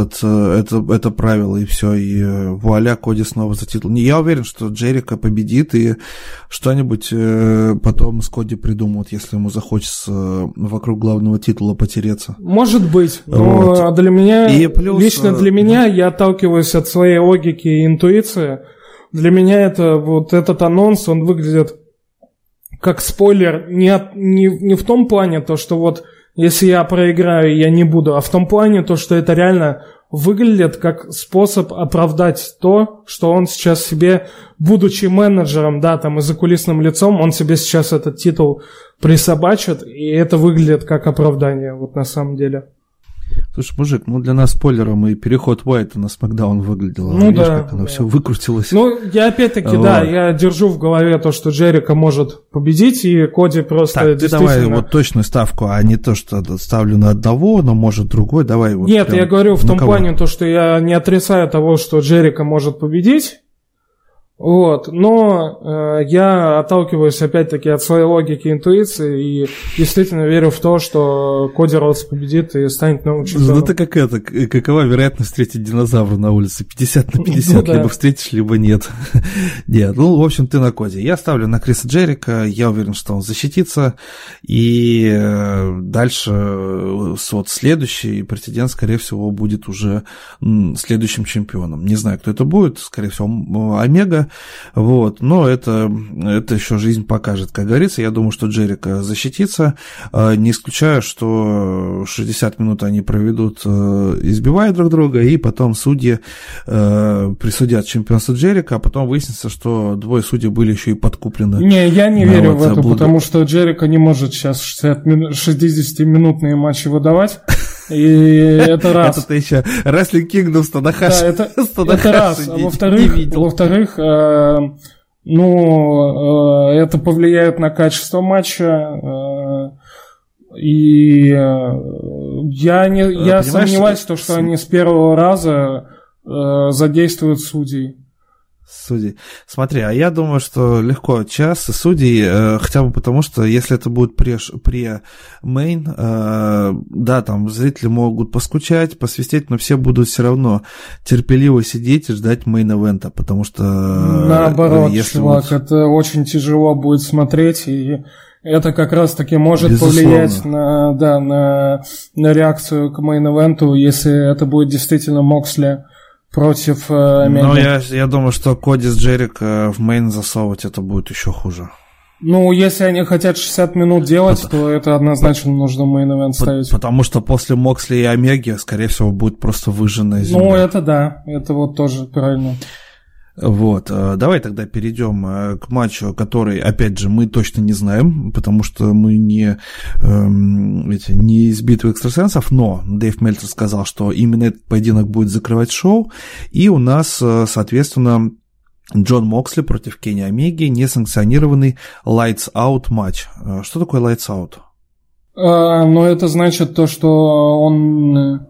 это правило, и все, и вуаля, Коди снова за титул. Я уверен, что Джерико победит, и что-нибудь потом с Коди придумают, если ему захочется вокруг главного титула потереться. Может быть, но для меня, лично для меня, я отталкиваюсь от своей логики и интуиции. Для меня это вот этот анонс, он выглядит как спойлер не в том плане, то, что вот если я проиграю, я не буду, а в том плане, то, что это реально выглядит как способ оправдать то, что он сейчас себе, будучи менеджером, да, там и закулисным лицом, он себе сейчас этот титул присобачит, и это выглядит как оправдание, вот на самом деле. Слушай, мужик, для нас спойлером и переход Уайта на Смакдаун выглядел. Видишь, как оно все выкрутилось. Я опять-таки, я держу в голове то, что Джерико может победить, и Коди просто так, ты давай вот точную ставку, а не то, что ставлю на одного, но может другой, давай вот. Нет, я говорю в том плане, то, что я не отрицаю того, что Джерико может победить. Вот, но я отталкиваюсь опять-таки от своей логики и интуиции и действительно верю в то, что Коди Роудс победит и станет новым чемпионом. Это какова вероятность встретить динозавра на улице? 50/50, либо встретишь, либо нет. Нет, в общем, ты на Коди. Я ставлю на Криса Джерико, я уверен, что он защитится, и дальше следующий претендент, скорее всего, будет уже следующим чемпионом. Не знаю, кто это будет, скорее всего, Омега. Но это еще жизнь покажет, как говорится. Я думаю, что Джерико защитится. Не исключаю, что 60 минут они проведут, избивая друг друга, и потом судьи присудят чемпионство Джерико, а потом выяснится, что двое судей были еще и подкуплены. Не, я не верю в это, потому что Джерико не может сейчас 60-минутные матчи выдавать. И это раз. Это еще Wrestling Kingdom с Танахаши. Да, это раз. А во-вторых, это повлияет на качество матча. И я сомневаюсь, что они с первого раза задействуют судей. Смотри, а я думаю, что легко час судей, хотя бы потому, что если это будет пре-мейн, да, там зрители могут поскучать, посвистеть, но все будут все равно терпеливо сидеть и ждать мейн-эвента, потому что... Наоборот, чувак, это очень тяжело будет смотреть, и это как раз-таки может повлиять на реакцию к мейн-эвенту, если это будет действительно Моксли против Омеги. Я думаю, что Коди с Джерико в мейн засовывать это будет еще хуже. Если они хотят 60 минут делать, то это однозначно нужно мейн-эвент ставить. Потому что после Моксли и Омеги, скорее всего, будет просто выжженная земля. Это да, это вот тоже правильно. Давай тогда перейдем к матчу, который, опять же, мы точно не знаем, потому что мы не из битвы экстрасенсов, но Дэйв Мельцер сказал, что именно этот поединок будет закрывать шоу, и у нас, соответственно, Джон Моксли против Кенни Омеги, несанкционированный Lights Out матч. Что такое Lights Out? Но это значит то, что он...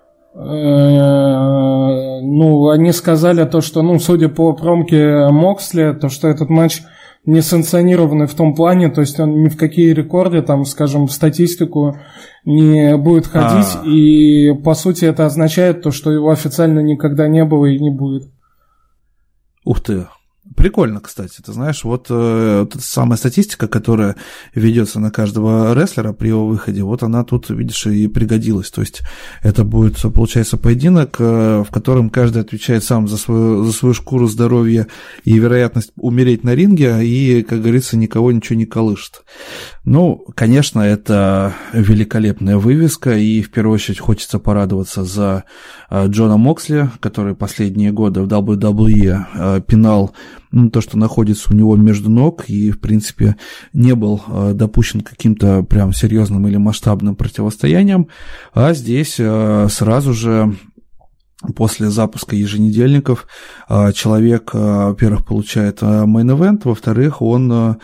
они сказали то, что, судя по промке Моксли, то, что этот матч не санкционированный в том плане, то есть он ни в какие рекорды, там, скажем, в статистику не будет ходить, и, по сути, это означает то, что его официально никогда не было и не будет. Ух ты. Прикольно, кстати. Ты знаешь, вот эта самая статистика, которая ведется на каждого рестлера при его выходе, вот она тут, видишь, и пригодилась. То есть это будет, получается, поединок, в котором каждый отвечает сам за свою шкуру, здоровье и вероятность умереть на ринге, и, как говорится, никого ничего не колышет. Ну, конечно, это великолепная вывеска, и в первую очередь хочется порадоваться за Джона Моксли, который последние годы в WWE пинал то, что находится у него между ног, и, в принципе, не был допущен к каким-то прям серьезным или масштабным противостояниям, а здесь сразу же после запуска еженедельников человек, во-первых, получает мейн-эвент, во-вторых, он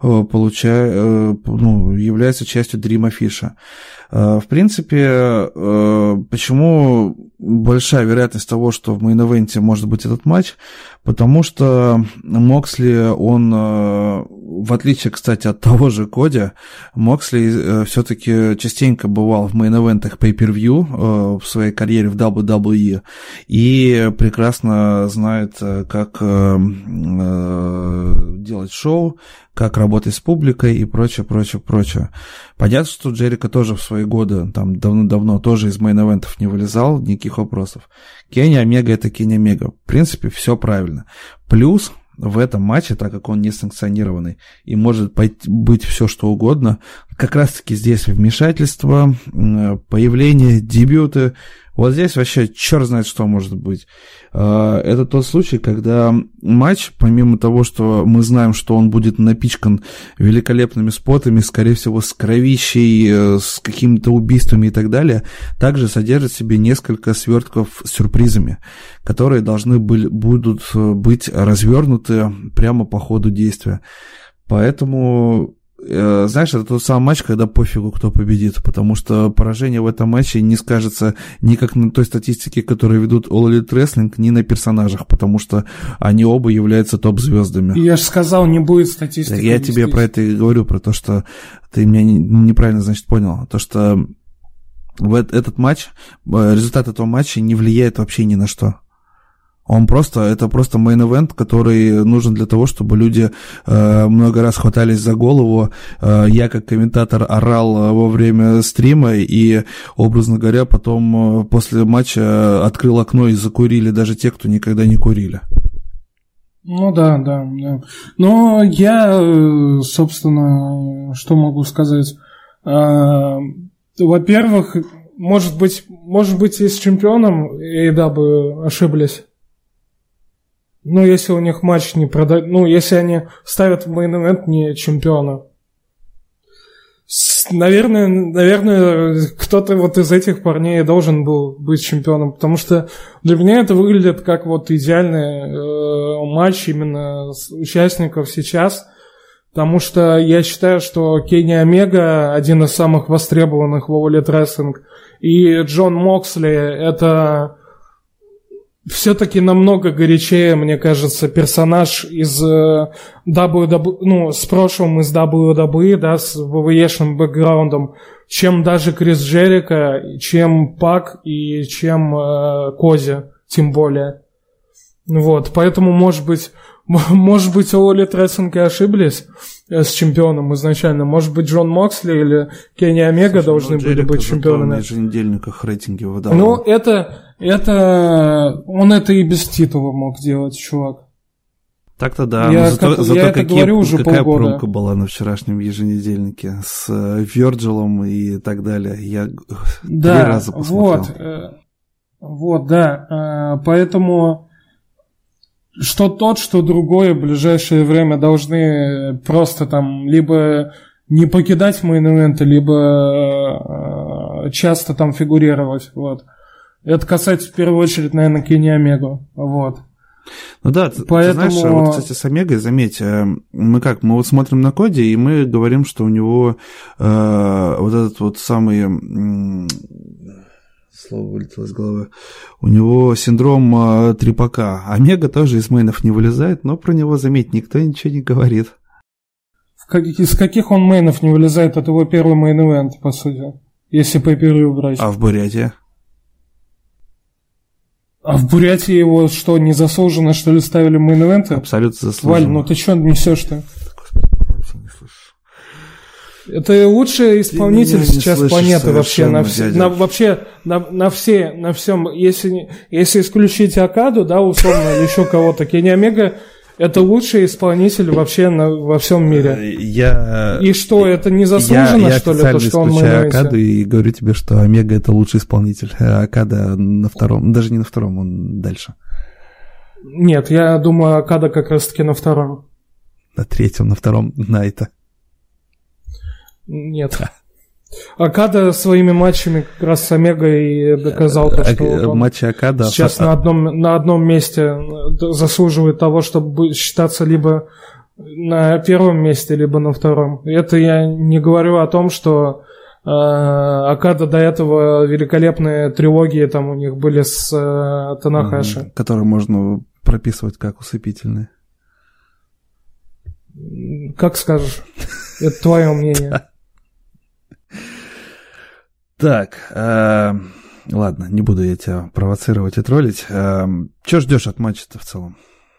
является частью Dream Afisha. В принципе, почему большая вероятность того, что в мейн-эвенте может быть этот матч? Потому что Моксли, он, в отличие, кстати, от того же Коди, Моксли все-таки частенько бывал в мейн-эвентах pay-per-view в своей карьере в WWE и прекрасно знает, как делать шоу, как работать с публикой и прочее. Понятно, что Джерико тоже в свои годы, там, давно тоже из мейн-эвентов не вылезал, никаких вопросов. Кенни Омега — это Кенни Омега. В принципе, все правильно. Плюс в этом матче, так как он не санкционированный, и может быть все что угодно, как раз-таки здесь вмешательство, появление, дебюты. Вот здесь вообще черт знает, что может быть. Это тот случай, когда матч, помимо того, что мы знаем, что он будет напичкан великолепными спотами, скорее всего, с кровищей, с какими-то убийствами и так далее, также содержит в себе несколько свертков с сюрпризами, которые должны будут быть развернуты прямо по ходу действия. Поэтому... Знаешь, это тот самый матч, когда пофигу, кто победит, потому что поражение в этом матче не скажется ни как на той статистике, которую ведут All Elite Wrestling, ни на персонажах, потому что они оба являются топ-звездами. Я же сказал, не будет статистики. Я тебе про это и говорю, про то, что ты меня неправильно, значит, понял. То, что этот матч, результат этого матча не влияет вообще ни на что. Это просто мейн-эвент, который нужен для того, чтобы люди много раз хватались за голову. Я, как комментатор, орал во время стрима, и, образно говоря, потом после матча открыл окно и закурили даже те, кто никогда не курили. Ну да. Но я, собственно, что могу сказать? Во-первых, может быть, и с чемпионом AEW ошиблись. Если у них матч не продают... если они ставят в мейн-эвент не чемпиона. Наверное, кто-то вот из этих парней должен был быть чемпионом, потому что для меня это выглядит как вот идеальный матч именно участников сейчас, потому что я считаю, что Кенни Омега один из самых востребованных в All Elite Wrestling, и Джон Моксли — это... все-таки намного горячее, мне кажется, персонаж из WWE, с прошлым из WWE, да, с WWE-шным бэкграундом, чем даже Крис Джерико, чем Пак и чем Кози, тем более. Вот, поэтому, может быть, All Elite Wrestling и ошиблись с чемпионом изначально. Может быть, Джон Моксли или Кенни Омега должны были быть чемпионами. На еженедельниках рейтинги выдавал. Он это и без титула мог делать, чувак. Так-то да. Я это говорю уже какая полгода. промка была на вчерашнем еженедельнике с Вёрджилом и так далее. Я 3 раза посмотрел. Поэтому... Что тот, что другое в ближайшее время должны просто там либо не покидать мейн-эвенты, либо часто там фигурировать. Вот. Это касается в первую очередь, наверное, Кенни Омегу. Вот. Ну да, Поэтому... ты знаешь, вот, кстати, с Омегой, заметь, мы вот смотрим на Коди, и мы говорим, что у него вот этот вот самый... Слово вылетело из головы. У него синдром трепака. Омега тоже из мейнов не вылезает, но про него, заметь, никто ничего не говорит. Из каких он мейнов не вылезает? Это его первый мейн-эвент, по сути. Если pay-per-view брать. А в Бурятии? А в Бурятии его что, незаслуженно, что ли, ставили мейн-эвенты? Абсолютно заслуженно. Валь, ну ты что несешь-то? Это лучший исполнитель сейчас планеты вообще на всем. Если исключить Акаду, да, условно, или еще кого-то, Кенни Омега это лучший исполнитель вообще во всем мире. И что, это не заслуженно, что ли, то, что он исключаю Акаду и говорю тебе, что Омега это лучший исполнитель, а Акада на втором, даже не на втором, он дальше. Нет, я думаю, Акада как раз-таки на втором. На третьем, на втором Найта. Нет. Акада своими матчами как раз с Омегой доказал то, что он матчи Акада сейчас на одном месте заслуживает того, чтобы считаться либо на первом месте, либо на втором. Это я не говорю о том, что Акада до этого великолепные трилогии там у них были с Танахаши. Которые можно прописывать как усыпительные. Как скажешь. Это твое мнение. Так, ладно, не буду я тебя провоцировать и троллить. Чего ждешь от матча-то в целом?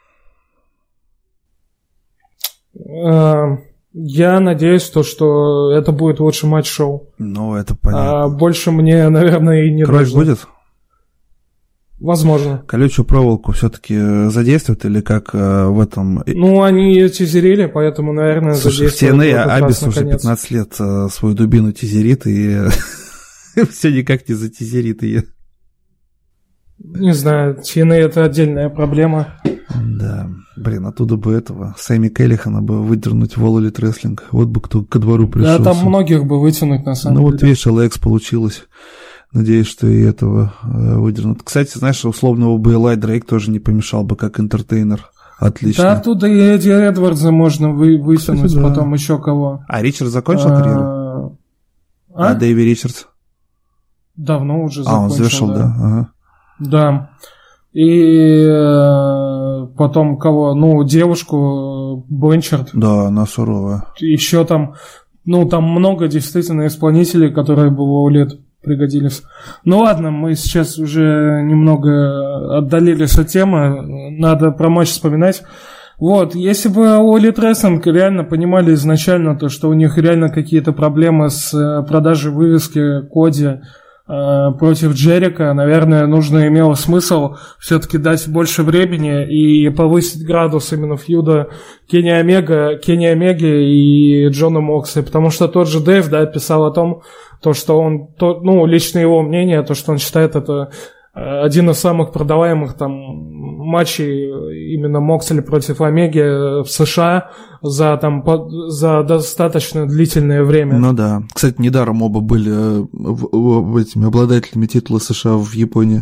Я надеюсь, что это будет лучший матч шоу. Ну, это понятно. Больше мне, наверное, и не нужно. Кровь будет? Возможно. Колючую проволоку все-таки задействуют или как в этом... Ну, они ее тизерили, поэтому, наверное, задействуют. Слушай, в TNA Абис уже 15 лет свою дубину тизерит, и все никак не затизерит ее. Не знаю, TNA это отдельная проблема. Да, блин, оттуда бы этого Сэмми Келлихана бы выдернуть в All Elite Wrestling. Вот бы кто ко двору пришел. Да, там многих бы вытянуть, на самом деле. Ну вот видишь, LX получилось. Надеюсь, что и этого выдернут. Кстати, знаешь, условного бы Элай Дрейк тоже не помешал бы как энтертейнер. Отлично. Да, оттуда и Эдди Эдвардса можно вытянуть, да. Потом еще кого. А Ричард закончил карьеру? А Дэйви Ричардс? Давно уже закончил. Он завершил, да. Ага. Да. И потом кого? Ну, девушку Бленчард. Да, она суровая. Еще там, там много действительно исполнителей, которые бы в All-Elite пригодились. Ну ладно, мы сейчас уже немного отдалились от темы, надо про матч вспоминать. Вот, если бы All Elite Wrestling реально понимали изначально то, что у них реально какие-то проблемы с продажей вывески Коди против Джерика, наверное, имело смысл все-таки дать больше времени и повысить градус именно фьюда Кенни Омеги и Джона Моксли, потому что тот же Дэйв, писал о том, что он, лично его мнение, то, что он считает это один из самых продаваемых там матчей именно Моксли против Омеги в США за достаточно длительное время. Ну да. Кстати, недаром оба были этими обладателями титула США в Японии.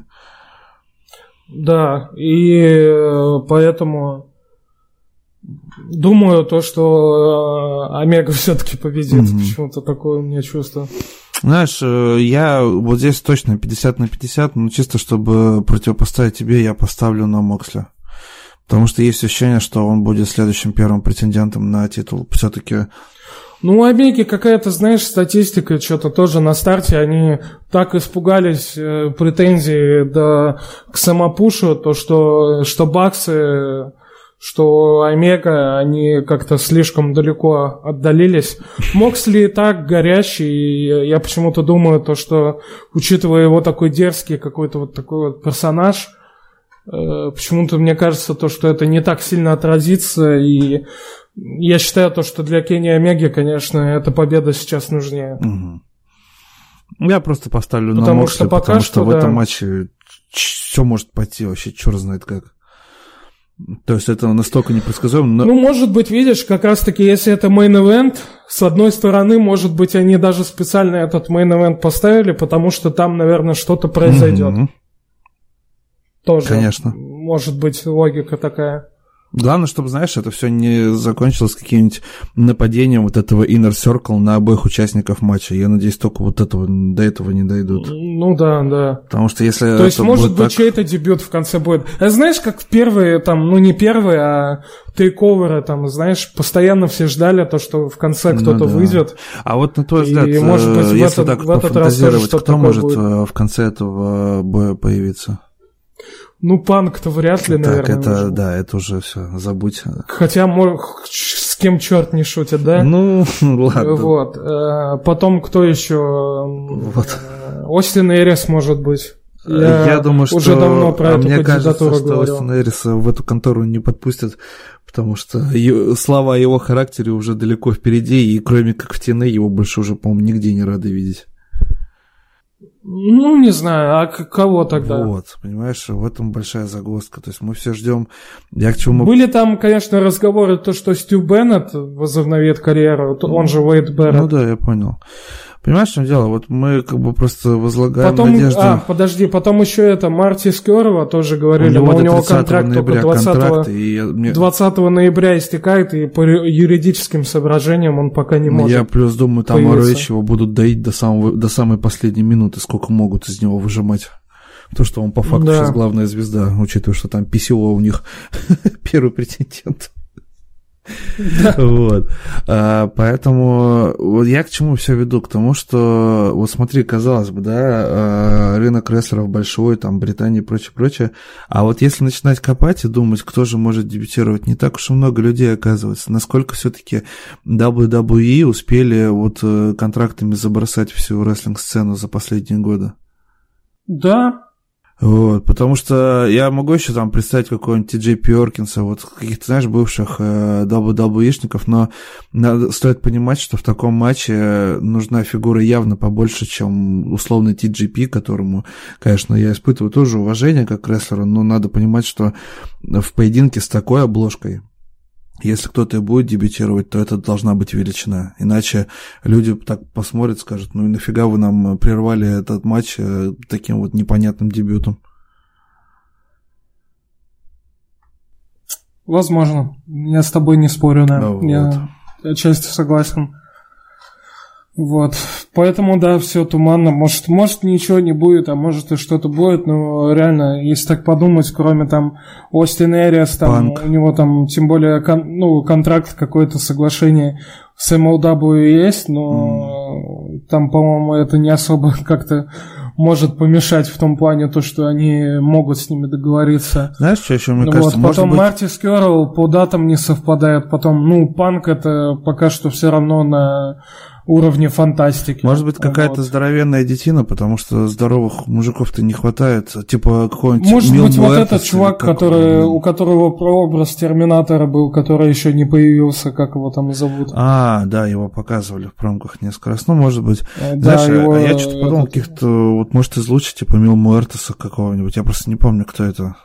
Да, и поэтому думаю, что Омега все-таки победит. Почему-то такое у меня чувство. Знаешь, я вот здесь точно 50 на 50, но чисто чтобы противопоставить тебе, я поставлю на Моксли. Потому что есть ощущение, что он будет следующим первым претендентом на титул. Все-таки... Ну, у Омеги какая-то, знаешь, статистика, что-то тоже на старте. Они так испугались претензий к самопушу, то, что Баксы... что Омега, они как-то слишком далеко отдалились. Моксли так горячий, и я почему-то думаю, что, учитывая его такой дерзкий какой-то вот такой вот персонаж, почему-то мне кажется, что это не так сильно отразится, и я считаю, что для Кенни Омеги, конечно, эта победа сейчас нужнее. Угу. Я просто поставлю на Моксли, потому что в этом матче все может пойти вообще, черт знает как. То есть это настолько непредсказуемо. Ну, может быть, видишь, как раз-таки, если это мейн-эвент, с одной стороны, может быть, они даже специально этот мейн-эвент поставили, потому что там, наверное, что-то произойдет. Тоже. Конечно. может быть логика такая. Главное, чтобы, знаешь, это все не закончилось каким-нибудь нападением вот этого Inner Circle на обоих участников матча. Я надеюсь, только вот этого, до этого не дойдут. Ну да. Потому что если... То есть, может быть, чей-то дебют в конце будет. А знаешь, как первые, там, ну не первые, а тейковеры, там, знаешь, постоянно все ждали то, что в конце кто-то выйдет. А вот на твой взгляд, и, может быть, если так пофантазировать, кто может будет в конце этого боя появиться? Ну, Панк-то вряд ли, наверное. Так, это, да, это уже все, забудь. Хотя, с кем черт не шутит, да? Ну, ладно. Вот. Потом кто еще? Вот. Остин Эрис, может быть. Я думаю, что... Уже давно про эту мне кажется, говорил. что Остина Эриса в эту контору не подпустят, потому что слова о его характере уже далеко впереди, и кроме как в TNA его больше уже, по-моему, нигде не рады видеть. Ну, не знаю, а кого тогда? Вот, понимаешь, в этом большая загвоздка. То есть мы все ждем. Были там, конечно, разговоры, то, что Стю Беннет возобновит карьеру, он же Уэйд Берретт. Ну да, я понял. Понимаешь, в чем дело? Вот мы как бы просто возлагаем надежду... Подожди, потом еще это Марти Скёрова тоже говорили, но у него контракт только 20 ноября истекает, и по юридическим соображениям он пока не может. Я плюс думаю, там Рейч его будут доить до самой последней минуты, сколько могут из него выжимать. То, что он по факту сейчас главная звезда, учитывая, что там PCO у них первый претендент. Да. Вот. Поэтому я к чему все веду? К тому, что, вот смотри, казалось бы, да, рынок рестлеров большой, там, Британия и прочее, а вот если начинать копать и думать, кто же может дебютировать, не так уж и много людей оказывается. Насколько все-таки WWE успели вот контрактами забросать всю рестлинг-сцену за последние годы? Да. Вот, потому что я могу еще там представить какого-нибудь Ти-Джей Пёркинса, вот каких-то, знаешь, бывших WWE-шников, но стоит понимать, что в таком матче нужна фигура явно побольше, чем условный TJP, которому, конечно, я испытываю тоже уважение как к рестлеру, но надо понимать, что в поединке с такой обложкой, если кто-то и будет дебютировать, то это должна быть величина. Иначе люди так посмотрят, скажут, ну и нафига вы нам прервали этот матч таким вот непонятным дебютом. Возможно. Я с тобой не спорю, да. Вот. Я отчасти согласен. Вот. Поэтому, да, все туманно. Может, ничего не будет, а может и что-то будет, но реально, если так подумать, кроме там Остин Эриас, там у него там, тем более, контракт, какое-то соглашение с MLW есть, но там, по-моему, это не особо как-то может помешать в том плане, то, что они могут с ними договориться. Знаешь, что еще, мне кажется, вот, потом Марти Скёрл по датам не совпадает, потом, Панк это пока что все равно на уровне фантастики. Может быть, какая-то здоровенная детина, потому что здоровых мужиков-то не хватает. Типа какой-нибудь Может Мил быть, Муэртес, вот этот чувак, у которого прообраз Терминатора был, который еще не появился, как его там зовут. Да, его показывали в промках несколько раз. Ну, может быть. Да, знаешь, я что-то подумал, каких-то, вот может из лучше, типа Мил Муэртеса какого-нибудь. Я просто не помню, кто это.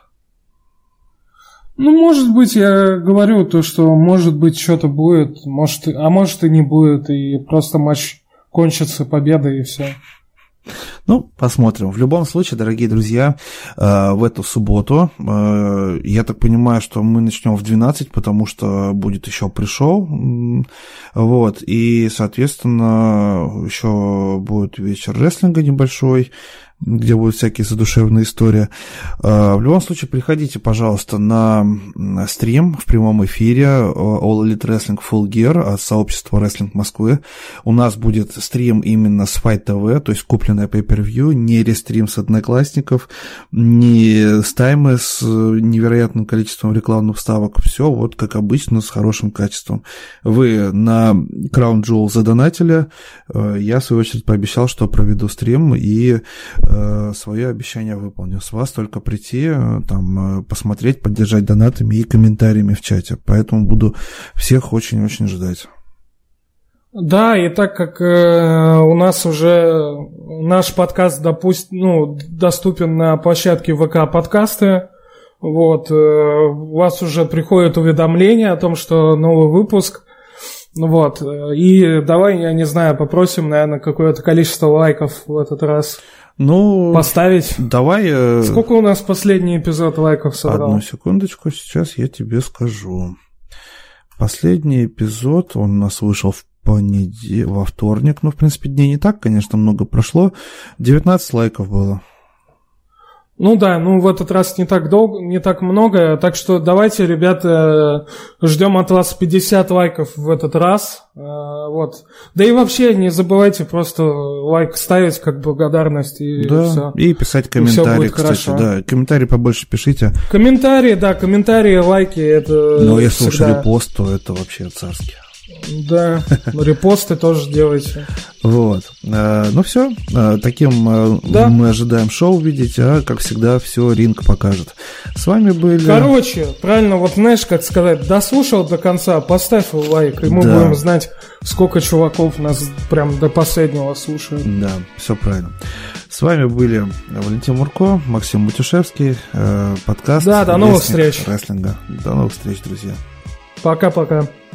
Может быть, я говорю то, что может быть что-то будет, может и не будет, и просто матч кончится победой, и все. Посмотрим. В любом случае, дорогие друзья, в эту субботу, я так понимаю, что мы начнем в 12, потому что будет еще пришел, вот, и, соответственно, еще будет вечер рестлинга небольшой, где будут всякие задушевные истории. В любом случае, приходите, пожалуйста, на стрим в прямом эфире All Elite Wrestling Full Gear от сообщества Wrestling Москвы. У нас будет стрим именно с Fight TV, то есть купленное pay-per-view, не рестрим с Одноклассников, не с таймы с невероятным количеством рекламных вставок. Все вот как обычно, с хорошим качеством. Вы на Crown Jewel задонатили, я в свою очередь пообещал, что проведу стрим и свое обещание выполню. С вас только прийти, там, посмотреть, поддержать донатами и комментариями в чате. Поэтому буду всех очень-очень ждать. Да, и так как у нас уже наш подкаст доступен на площадке ВК-подкасты, вот, у вас уже приходит уведомление о том, что новый выпуск. Вот. И давай, я не знаю, попросим, наверное, какое-то количество лайков в этот раз поставить. Давай... Сколько у нас последний эпизод лайков собрал? Одну секундочку, сейчас я тебе скажу. Последний эпизод, он у нас вышел во вторник. В принципе, дней не так, конечно, много прошло. 19 лайков было. Да, в этот раз не так долго, не так много, так что давайте, ребята, ждем от вас 50 лайков в этот раз, вот. Да и вообще не забывайте просто лайк ставить как благодарность и все. И писать комментарии, и кстати, хорошо. Да, комментарии побольше пишите. Комментарии, лайки, это Но если уж репост, то это вообще царски. Да, репосты тоже делайте. Вот. Все. Таким мы ожидаем шоу видеть, а как всегда все ринг покажет. С вами были... Правильно, знаешь, как сказать, дослушал до конца, поставь лайк, и мы будем знать, сколько чуваков нас прям до последнего слушают. Да, все правильно. С вами были Валентин Мурко, Максим Бутишевский, подкаст. Да, до новых встреч. Рестлинга. До новых встреч, друзья. Пока-пока.